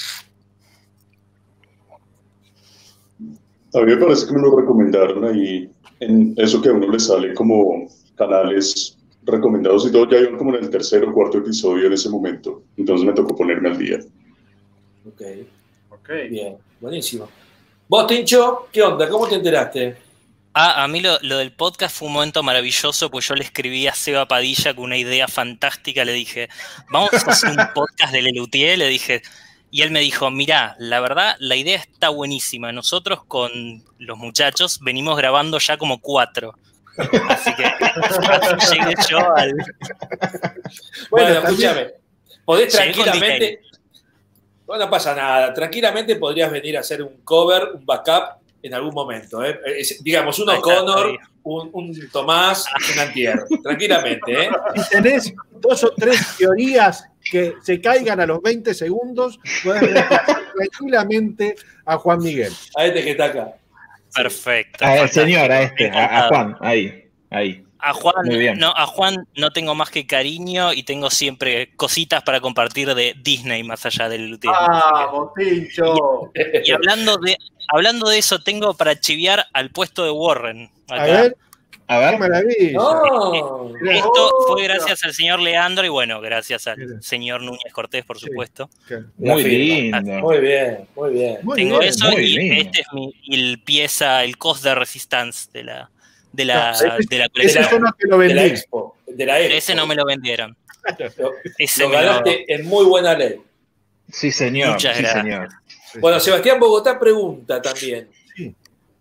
Speaker 10: A mí me parece que me lo recomendaron ahí, en eso que a uno le sale como canales recomendados y todo, ya iban como en el 3er o 4 episodio en ese momento, entonces me tocó ponerme al día.
Speaker 4: Ok, bien, buenísimo. ¿Vos, Tincho, qué onda? ¿Cómo te enteraste?
Speaker 9: A mí lo del podcast fue un momento maravilloso, pues yo le escribí a Seba Padilla con una idea fantástica, le dije, vamos a hacer un podcast de Lelutier, le dije, y él me dijo, mirá, la verdad, la idea está buenísima, nosotros con los muchachos venimos grabando ya como 4, así que llegué yo al...
Speaker 4: Bueno, escúchame, podés tranquilamente, no pasa nada, tranquilamente podrías venir a hacer un cover, un backup, en algún momento, digamos, un O'Connor, un Tomás, un Antier, tranquilamente.
Speaker 6: Si tenés 2 o 3 teorías que se caigan a los 20 segundos, puedes reemplazar tranquilamente a Juan Miguel.
Speaker 4: A este que está acá.
Speaker 9: Perfecto.
Speaker 2: A el señor, a Juan, ahí.
Speaker 9: A Juan no tengo más que cariño y tengo siempre cositas para compartir de Disney más allá del Lelutier.
Speaker 3: ¡Vamos, Tincho!
Speaker 9: Y hablando de eso, tengo para chiviar al puesto de Warren. Acá.
Speaker 6: A ver, maravilla.
Speaker 4: Oh.
Speaker 9: Esto fue gracias al señor Leandro y bueno, gracias al señor Núñez Cortés, por supuesto.
Speaker 2: Muy lindo.
Speaker 4: Muy bien.
Speaker 9: Tengo eso y este es mi pieza, el cos de Resistance de la colección.
Speaker 6: Ese no te lo vendí.
Speaker 4: De la Expo.
Speaker 9: Ese no me lo vendieron.
Speaker 4: Lo ganaste en muy buena ley.
Speaker 2: Sí, señor.
Speaker 9: Muchas gracias.
Speaker 2: Señor.
Speaker 4: Bueno, Sebastián Bogotá pregunta también.
Speaker 6: Sí.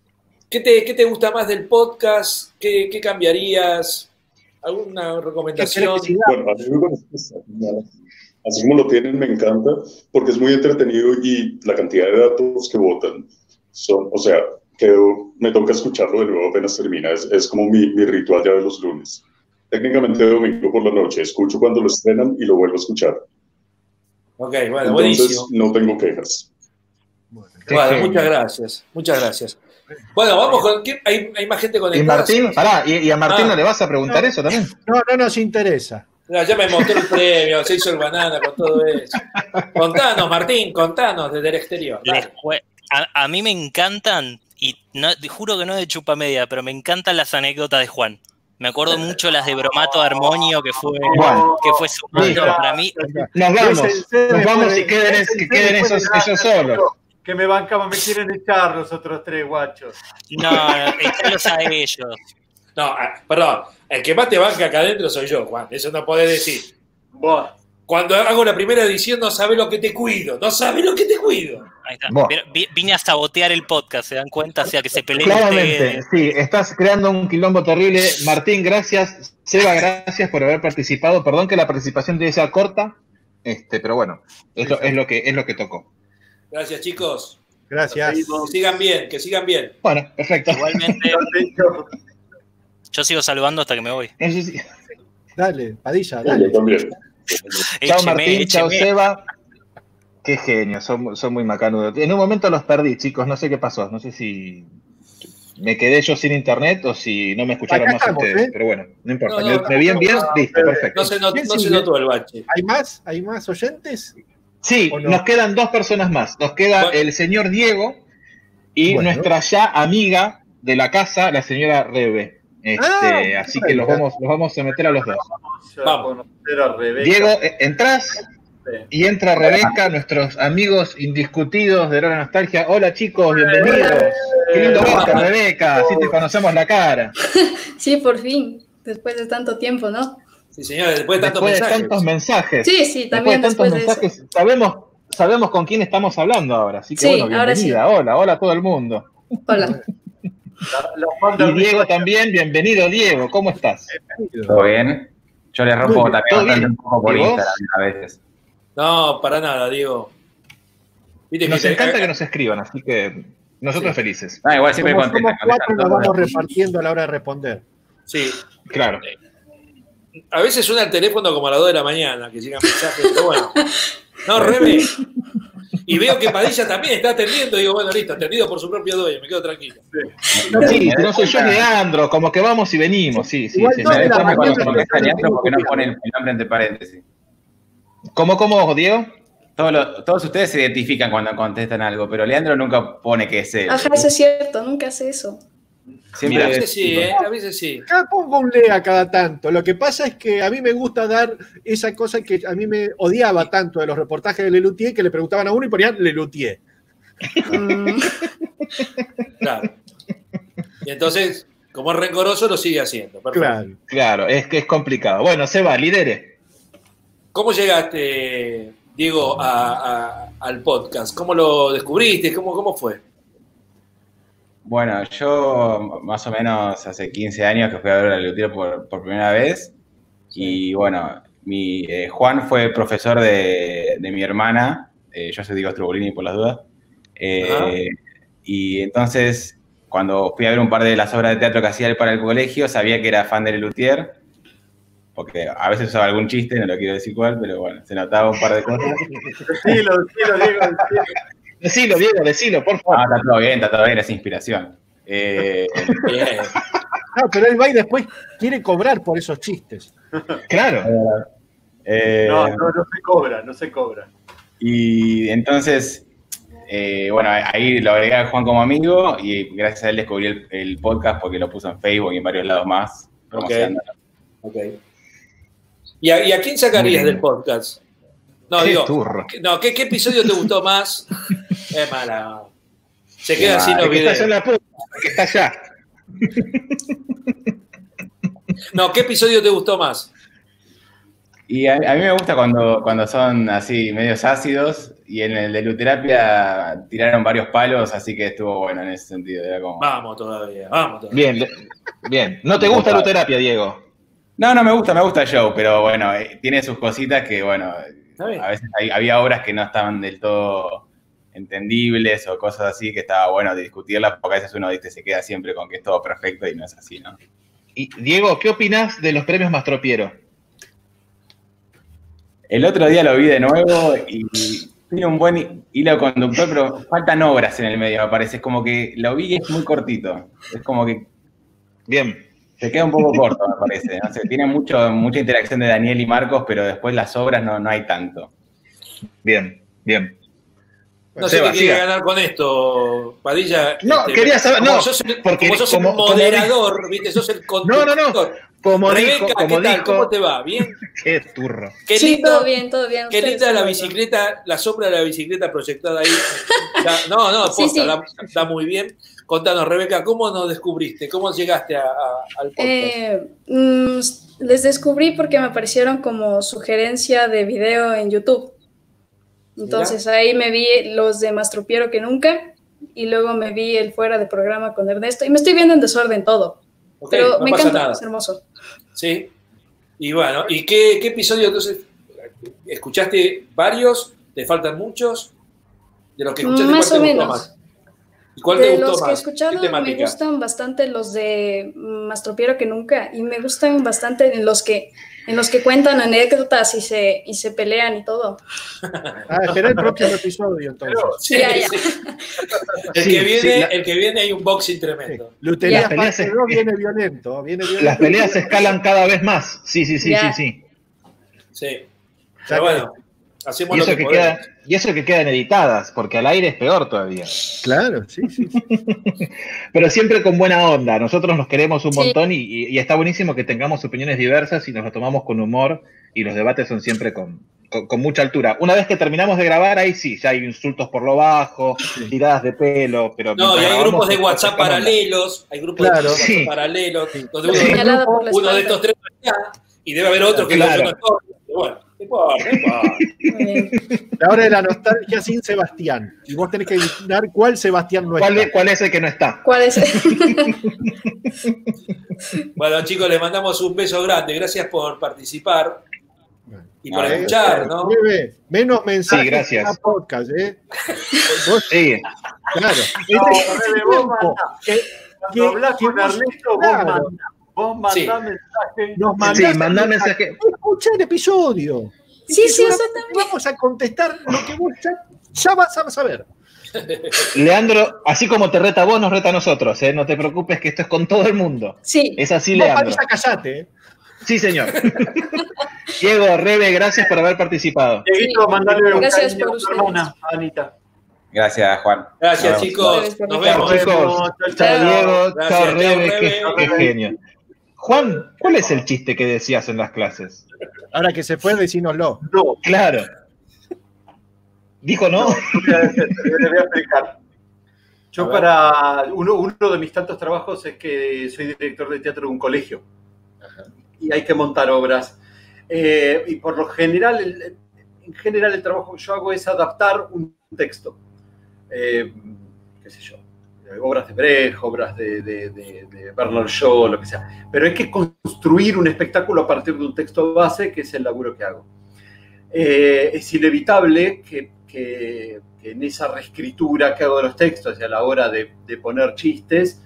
Speaker 4: ¿Qué te gusta más del podcast? ¿Qué cambiarías? ¿Alguna recomendación?
Speaker 10: Bueno, a mí me gusta. Así como lo tienen, me encanta, porque es muy entretenido y la cantidad de datos que botan son, o sea, que me toca escucharlo de nuevo apenas termina. Es como mi ritual ya de los lunes. Técnicamente domingo por la noche, escucho cuando lo estrenan y lo vuelvo a escuchar.
Speaker 4: Ok, bueno,
Speaker 10: entonces,
Speaker 4: buenísimo.
Speaker 10: No tengo quejas.
Speaker 4: Bueno, muchas gracias. Bueno, vamos con... ¿Hay más gente conectada?
Speaker 2: ¿Y Martín? Pará, ¿y a Martín no le vas a preguntar eso también?
Speaker 6: No nos interesa.
Speaker 4: No, ya me mostró el premio, se hizo el banana con todo eso. Contanos, Martín, desde el exterior.
Speaker 9: A mí me encantan, y juro que no de chupamedia, pero me encantan las anécdotas de Juan. Me acuerdo mucho las de Bromato Armonio, que fue su momento para mí.
Speaker 2: Nos vamos y queden esos solos.
Speaker 3: Que me quieren echar los otros 3 guachos.
Speaker 9: No, echarlos a ellos.
Speaker 4: No, perdón, el que más te banca acá adentro soy yo, Juan, eso no podés decir.
Speaker 3: Buah.
Speaker 4: Cuando hago la primera edición no sabés lo que te cuido,
Speaker 9: Ahí está. Vine a sabotear el podcast, ¿se dan cuenta? O sea, que se peleen
Speaker 2: Claramente,
Speaker 9: ustedes.
Speaker 2: sí, estás creando un quilombo terrible. Martín, gracias. Seba, gracias por haber participado. Perdón que la participación de ella corta, pero bueno, esto es lo que tocó.
Speaker 4: Gracias, chicos.
Speaker 6: Gracias.
Speaker 4: Que sigan bien.
Speaker 2: Bueno, perfecto.
Speaker 9: Igualmente. Yo sigo saludando hasta que me voy.
Speaker 6: Dale, Padilla, dale.
Speaker 10: Yo también.
Speaker 2: Chao Martín, chao Seba. Qué genio, son muy macanudos. En un momento los perdí, chicos, no sé qué pasó. No sé si me quedé yo sin internet o si no me escucharon
Speaker 6: Acá
Speaker 2: más
Speaker 6: estamos,
Speaker 2: ustedes. Pero bueno, no importa. ¿Me
Speaker 6: bien?
Speaker 2: Listo, perfecto.
Speaker 4: No se notó el bache.
Speaker 6: ¿Hay más oyentes?
Speaker 2: Sí,
Speaker 6: no?
Speaker 2: Nos quedan 2 personas más. Nos queda el señor Diego y nuestra ya amiga de la casa, la señora Rebe. Así que los vamos a meter a los dos.
Speaker 4: Vamos.
Speaker 2: Diego, entrás y entra Rebeca, nuestros amigos indiscutidos de Hora de Nostalgia. Hola chicos, bienvenidos. Qué lindo verte, Rebeca, así te conocemos la cara.
Speaker 11: Sí, por fin, después de tanto tiempo, ¿no?
Speaker 4: Sí, señores, después de tantos
Speaker 11: mensajes. Sí, también
Speaker 2: después de tantos mensajes. Sabemos con quién estamos hablando ahora, así que
Speaker 11: sí,
Speaker 2: bueno, bienvenida. Sí. Hola a todo el mundo.
Speaker 11: Hola.
Speaker 2: Y Diego también, bienvenido Diego, ¿cómo estás?
Speaker 12: ¿Todo bien? Yo le rompo también un poco por Instagram a veces.
Speaker 4: No, para nada, Diego.
Speaker 2: Nos encanta que nos escriban, así que nosotros felices.
Speaker 12: Igual siempre
Speaker 6: somos 4 nos vamos repartiendo a la hora de responder.
Speaker 4: Sí.
Speaker 2: Claro.
Speaker 4: A veces suena el teléfono como a las 2 de la mañana, que llegan mensajes, pero bueno. No, Rebe. Y veo que Padilla también está atendiendo, digo, bueno, listo, atendido por su propio dueño, me quedo tranquilo.
Speaker 2: Sí, no soy yo Leandro, como que vamos y venimos, sí.
Speaker 12: Después me conozco porque está Leandro porque no pone el nombre entre paréntesis.
Speaker 2: ¿Cómo, Diego?
Speaker 12: Todos ustedes se identifican cuando contestan algo, pero Leandro nunca pone que es él.
Speaker 11: Ajá, eso es cierto, nunca hace eso.
Speaker 12: Siempre
Speaker 4: a veces sí.
Speaker 6: Acá pongo un lea cada tanto. Lo que pasa es que a mí me gusta dar esa cosa que a mí me odiaba tanto de los reportajes de Lelutier, que le preguntaban a uno y ponían Lelutier.
Speaker 4: Claro. Y entonces, como es rencoroso, lo sigue haciendo.
Speaker 2: Claro, es que es complicado. Bueno, Seba, lidere.
Speaker 4: ¿Cómo llegaste, Diego, al podcast? ¿Cómo lo descubriste? ¿Cómo fue?
Speaker 12: Bueno, yo más o menos hace 15 años que fui a ver a Lelutier por primera vez. Y bueno, Juan fue profesor de mi hermana. Yo soy Diego Strubolini por las dudas. Y entonces, cuando fui a ver un par de las obras de teatro que hacía él para el colegio, sabía que era fan de Lelutier. Porque a veces usaba algún chiste, no lo quiero decir cuál, pero bueno, se notaba un par de cosas.
Speaker 3: Decilo, Diego.
Speaker 2: Decilo, Diego, decilo, por favor.
Speaker 12: Está todo bien, es inspiración.
Speaker 6: No, pero él va y después quiere cobrar por esos chistes.
Speaker 2: Claro.
Speaker 3: No se cobra.
Speaker 12: Y entonces, bueno, ahí lo agregué a Juan como amigo y gracias a él descubrí el podcast porque lo puso en Facebook y en varios lados más.
Speaker 4: Okay. ¿Y a quién sacarías del podcast? No, digo, ¿qué episodio te gustó más? Es mala. Se queda sin los videos.
Speaker 2: Que está allá.
Speaker 4: No, ¿qué episodio te gustó más?
Speaker 12: Y a mí me gusta cuando son así medios ácidos, y en el de Luterapia tiraron varios palos, así que estuvo bueno en ese sentido. Era como...
Speaker 4: Vamos todavía.
Speaker 2: Bien. ¿No te gusta Luterapia, Diego?
Speaker 12: No, me gusta el show, pero bueno, tiene sus cositas que, bueno, a veces había obras que no estaban del todo entendibles o cosas así que estaba bueno de discutirlas, porque a veces uno se queda siempre con que es todo perfecto y no es así, ¿no?
Speaker 2: Y Diego, ¿qué opinás de los premios Mastropiero?
Speaker 12: El otro día lo vi de nuevo y tiene un buen hilo conductor, pero faltan obras en el medio, me parece. Es como que lo vi y es muy cortito. Es como que...
Speaker 2: Bien.
Speaker 12: Se queda un poco corto, me parece. No sé, tiene mucha interacción de Daniel y Marcos, pero después las obras no hay tanto.
Speaker 2: Bien.
Speaker 4: No sé qué quiere ganar con esto, Padilla.
Speaker 2: No, quería saber.
Speaker 4: Como sos el moderador, ¿viste? Sos el conductor.
Speaker 2: No.
Speaker 4: Rebeca, ¿qué tal? ¿Cómo te va? ¿Bien?
Speaker 2: Qué turro.
Speaker 11: Sí, todo bien.
Speaker 4: Qué linda la bicicleta, la sombra de la bicicleta proyectada ahí. Posta, está muy bien. Contanos, Rebeca, ¿cómo nos descubriste? ¿Cómo llegaste al podcast?
Speaker 11: Les descubrí porque me aparecieron como sugerencia de video en YouTube. Entonces ahí me vi los de Más Tropiero que Nunca y luego me vi el Fuera de Programa con Ernesto y me estoy viendo en desorden todo. Pero me encanta, es hermoso.
Speaker 4: Sí. Y bueno, ¿y qué episodio entonces? ¿Escuchaste varios? ¿Te faltan muchos? De los que escuchaste,
Speaker 11: más o menos.
Speaker 4: ¿Y cuál te gustó más?
Speaker 11: De los que he escuchado me gustan bastante los de Más Tropiero que Nunca y me gustan bastante en los que cuentan anécdotas y se pelean y todo.
Speaker 6: Espera el próximo episodio, entonces.
Speaker 4: Sí. El que viene hay un boxing tremendo.
Speaker 6: Lutería viene violento.
Speaker 2: Las peleas escalan cada vez más. Sí.
Speaker 4: Pero bueno, hacemos lo que podemos.
Speaker 2: Y eso que quedan editadas, porque al aire es peor todavía.
Speaker 6: Claro, sí.
Speaker 2: Pero siempre con buena onda. Nosotros nos queremos un montón y está buenísimo que tengamos opiniones diversas y nos lo tomamos con humor y los debates son siempre con mucha altura. Una vez que terminamos de grabar, ahí sí, ya hay insultos por lo bajo, tiradas de pelo, pero...
Speaker 4: No, y hay grupos de WhatsApp paralelos, donde uno de estos tres y debe haber otro que lo no. Bueno,
Speaker 6: La hora de la nostalgia sin Sebastián. Y vos tenés que adivinar cuál Sebastián no está.
Speaker 2: ¿Cuál es el que no está?
Speaker 11: ¿Cuál es?
Speaker 4: Bueno, chicos, les mandamos un beso grande. Gracias por participar y por escuchar, ¿no?
Speaker 6: Menos mensajes
Speaker 2: gracias.
Speaker 6: en la podcast,
Speaker 2: Vos sí.
Speaker 6: Claro.
Speaker 3: Cuando hablas con Ernesto, vos mandá mensaje.
Speaker 2: Mandá mensaje.
Speaker 6: Escucha el episodio.
Speaker 11: Sí, eso también.
Speaker 6: Vamos a contestar lo que vos ya vas a saber.
Speaker 2: Leandro, así como te reta a vos, nos reta a nosotros, No te preocupes que esto es con todo el mundo.
Speaker 11: Sí.
Speaker 2: Es así, Leandro.
Speaker 6: Callate,
Speaker 2: Sí, señor. Diego, Rebe, gracias por haber participado.
Speaker 3: Dieguito, mandale un
Speaker 11: gracias
Speaker 3: cariño
Speaker 11: por
Speaker 3: a tu hermana, Anita.
Speaker 12: Gracias, Juan.
Speaker 4: Gracias, chicos. Nos vemos.
Speaker 2: Chicos. Chao, Diego. Chao, Rebe. Qué genio. Juan, ¿cuál es el chiste que decías en las clases?
Speaker 6: Ahora que se fue, decínoslo.
Speaker 2: No. Claro. ¿Dijo no?
Speaker 3: Le voy a explicar. Yo uno de mis tantos trabajos es que soy director de teatro de un colegio. Ajá. Y hay que montar obras. Y por lo general, en general el trabajo que yo hago es adaptar un texto. Qué sé yo. Obras de Brecht, obras de Bernard Shaw, lo que sea. Pero hay que construir un espectáculo a partir de un texto base, que es el laburo que hago. Es inevitable que en esa reescritura que hago de los textos y a la hora de poner chistes,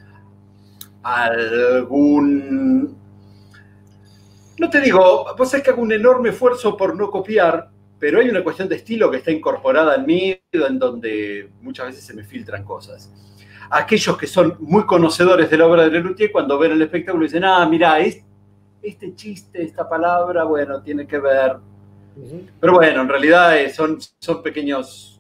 Speaker 3: no te digo, vos sabés que hago un enorme esfuerzo por no copiar, pero hay una cuestión de estilo que está incorporada en mí, en donde muchas veces se me filtran cosas. Aquellos que son muy conocedores de la obra de Lelutier, cuando ven el espectáculo dicen, mirá, este chiste, esta palabra, bueno, tiene que ver. Pero bueno, en realidad son pequeños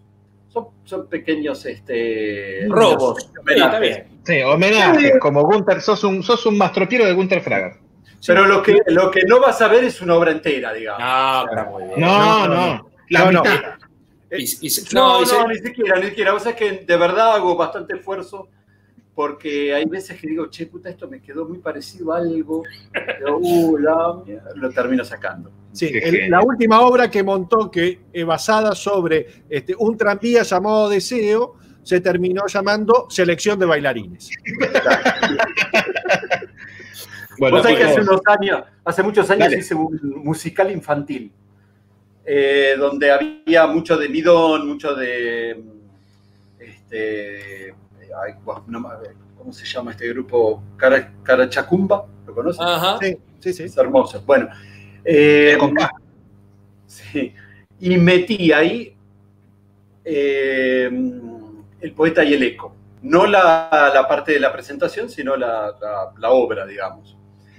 Speaker 4: robos.
Speaker 2: Homenajes. Sí, homenajes, como Gunther, sos un mastropiero de Gunther Fraga.
Speaker 3: Pero lo que no vas a ver es una obra entera, digamos.
Speaker 2: No. La mitad.
Speaker 3: No, ni siquiera. O sea que de verdad hago bastante esfuerzo porque hay veces que digo, che, puta, esto me quedó muy parecido a algo, pero, lo termino sacando.
Speaker 6: Sí, la última obra que montó, que basada sobre un tranvía llamado Deseo, se terminó llamando Selección de Bailarines.
Speaker 3: Bueno, vos sabés que hace muchos años hice un musical infantil, donde había mucho de bidón, mucho de... ¿cómo se llama este grupo? Carachacumba, ¿lo conoces?
Speaker 4: Ajá.
Speaker 6: Sí.
Speaker 3: Es hermoso. Bueno. Sí. Y metí ahí el poeta y el eco. No la parte de la presentación, sino la obra, digamos.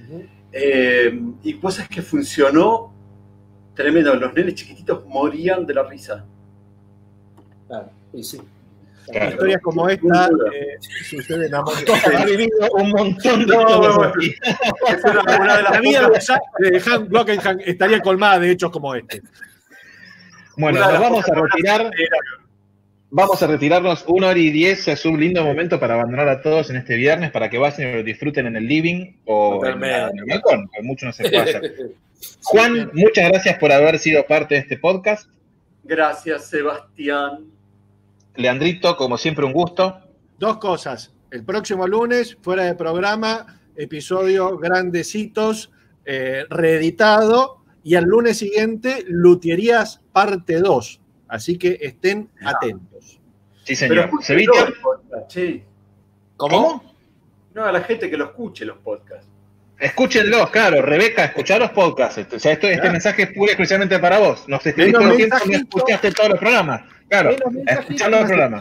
Speaker 3: Y cosas que funcionó tremendo. Los nenes chiquititos morían de la risa.
Speaker 4: Claro, y sí.
Speaker 6: Claro. Historias como esta suceden a
Speaker 2: Ha vivido un montón de
Speaker 6: cosas. La vida de Hans Blockenham estaría colmada de hechos como este.
Speaker 2: Bueno, nos vamos a retirar. Vamos a retirarnos 1h10. Es un lindo momento para abandonar a todos en este viernes, para que vayan y lo disfruten en el living o en el balcón, porque mucho no se puede hacer. Juan, muchas gracias por haber sido parte de este podcast.
Speaker 3: Gracias, Sebastián.
Speaker 2: Leandrito, como siempre, un gusto.
Speaker 6: 2 cosas. El próximo lunes, fuera de programa, episodio Grandecitos, reeditado. Y el lunes siguiente, Luthierías parte 2. Así que estén atentos.
Speaker 2: Sí, señor.
Speaker 3: Sí.
Speaker 2: ¿Cómo?
Speaker 3: No, a la gente que lo escuche los podcasts.
Speaker 2: Escúchenlos, claro. Rebeca, escuchá los podcasts. O sea, este mensaje es puro y exclusivamente para vos. Nos escribís todo el tiempo, no escuchaste todos los programas. Claro, escuchando los programas.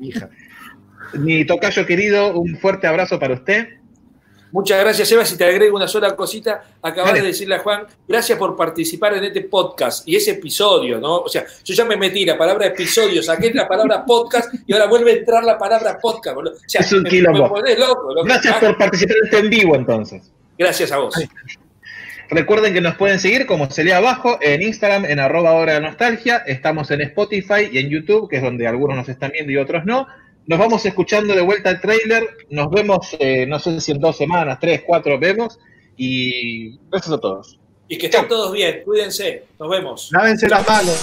Speaker 2: Mi tocayo querido, un fuerte abrazo para usted.
Speaker 4: Muchas gracias, Eva. Si te agrego una sola cosita, acabas de decirle a Juan, gracias por participar en este podcast y ese episodio, ¿no? O sea, yo ya me metí la palabra episodio, saqué la palabra podcast y ahora vuelve a entrar la palabra podcast, boludo. O sea,
Speaker 2: es un quilombo.
Speaker 4: Me ponés loco.
Speaker 2: Gracias por participar en este en vivo, entonces.
Speaker 4: Gracias a vos.
Speaker 2: Recuerden que nos pueden seguir, como se lee abajo, en Instagram, en @hora de nostalgia. Estamos en Spotify y en YouTube, que es donde algunos nos están viendo y otros no. Nos vamos escuchando de vuelta al tráiler. Nos vemos, no sé si en 2 semanas, 3, 4 vemos. Y gracias a todos.
Speaker 4: Y que estén todos bien. Cuídense. Nos vemos.
Speaker 6: Lávense las manos.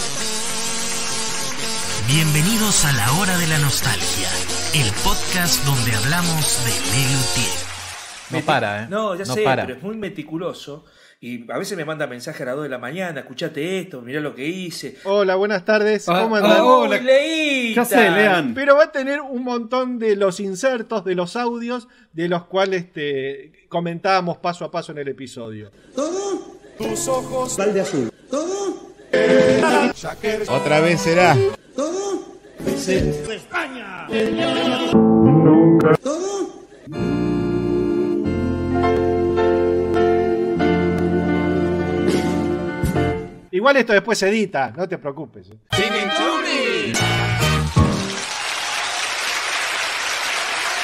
Speaker 7: Bienvenidos a La Hora de la Nostalgia, el podcast donde hablamos de Lelutier.
Speaker 13: No para, ¿eh?
Speaker 4: No, ya
Speaker 13: no
Speaker 4: sé,
Speaker 13: para.
Speaker 4: Pero es muy meticuloso. Y a veces me manda mensaje a las 2 de la mañana, escuchate esto, mirá lo que hice.
Speaker 6: Hola, buenas tardes. ¿Cómo andan?
Speaker 4: Hola, Leíta.
Speaker 6: Ya sé, Lean. Pero va a tener un montón de los insertos, de los audios, de los cuales comentábamos paso a paso en el episodio.
Speaker 8: ¿Todo? Tus ojos, balde azul. ¿Todo?
Speaker 13: Otra vez será.
Speaker 8: ¿Todo? De España. ¿Todo?
Speaker 6: Igual esto después se edita, no te preocupes.
Speaker 8: Singing to me.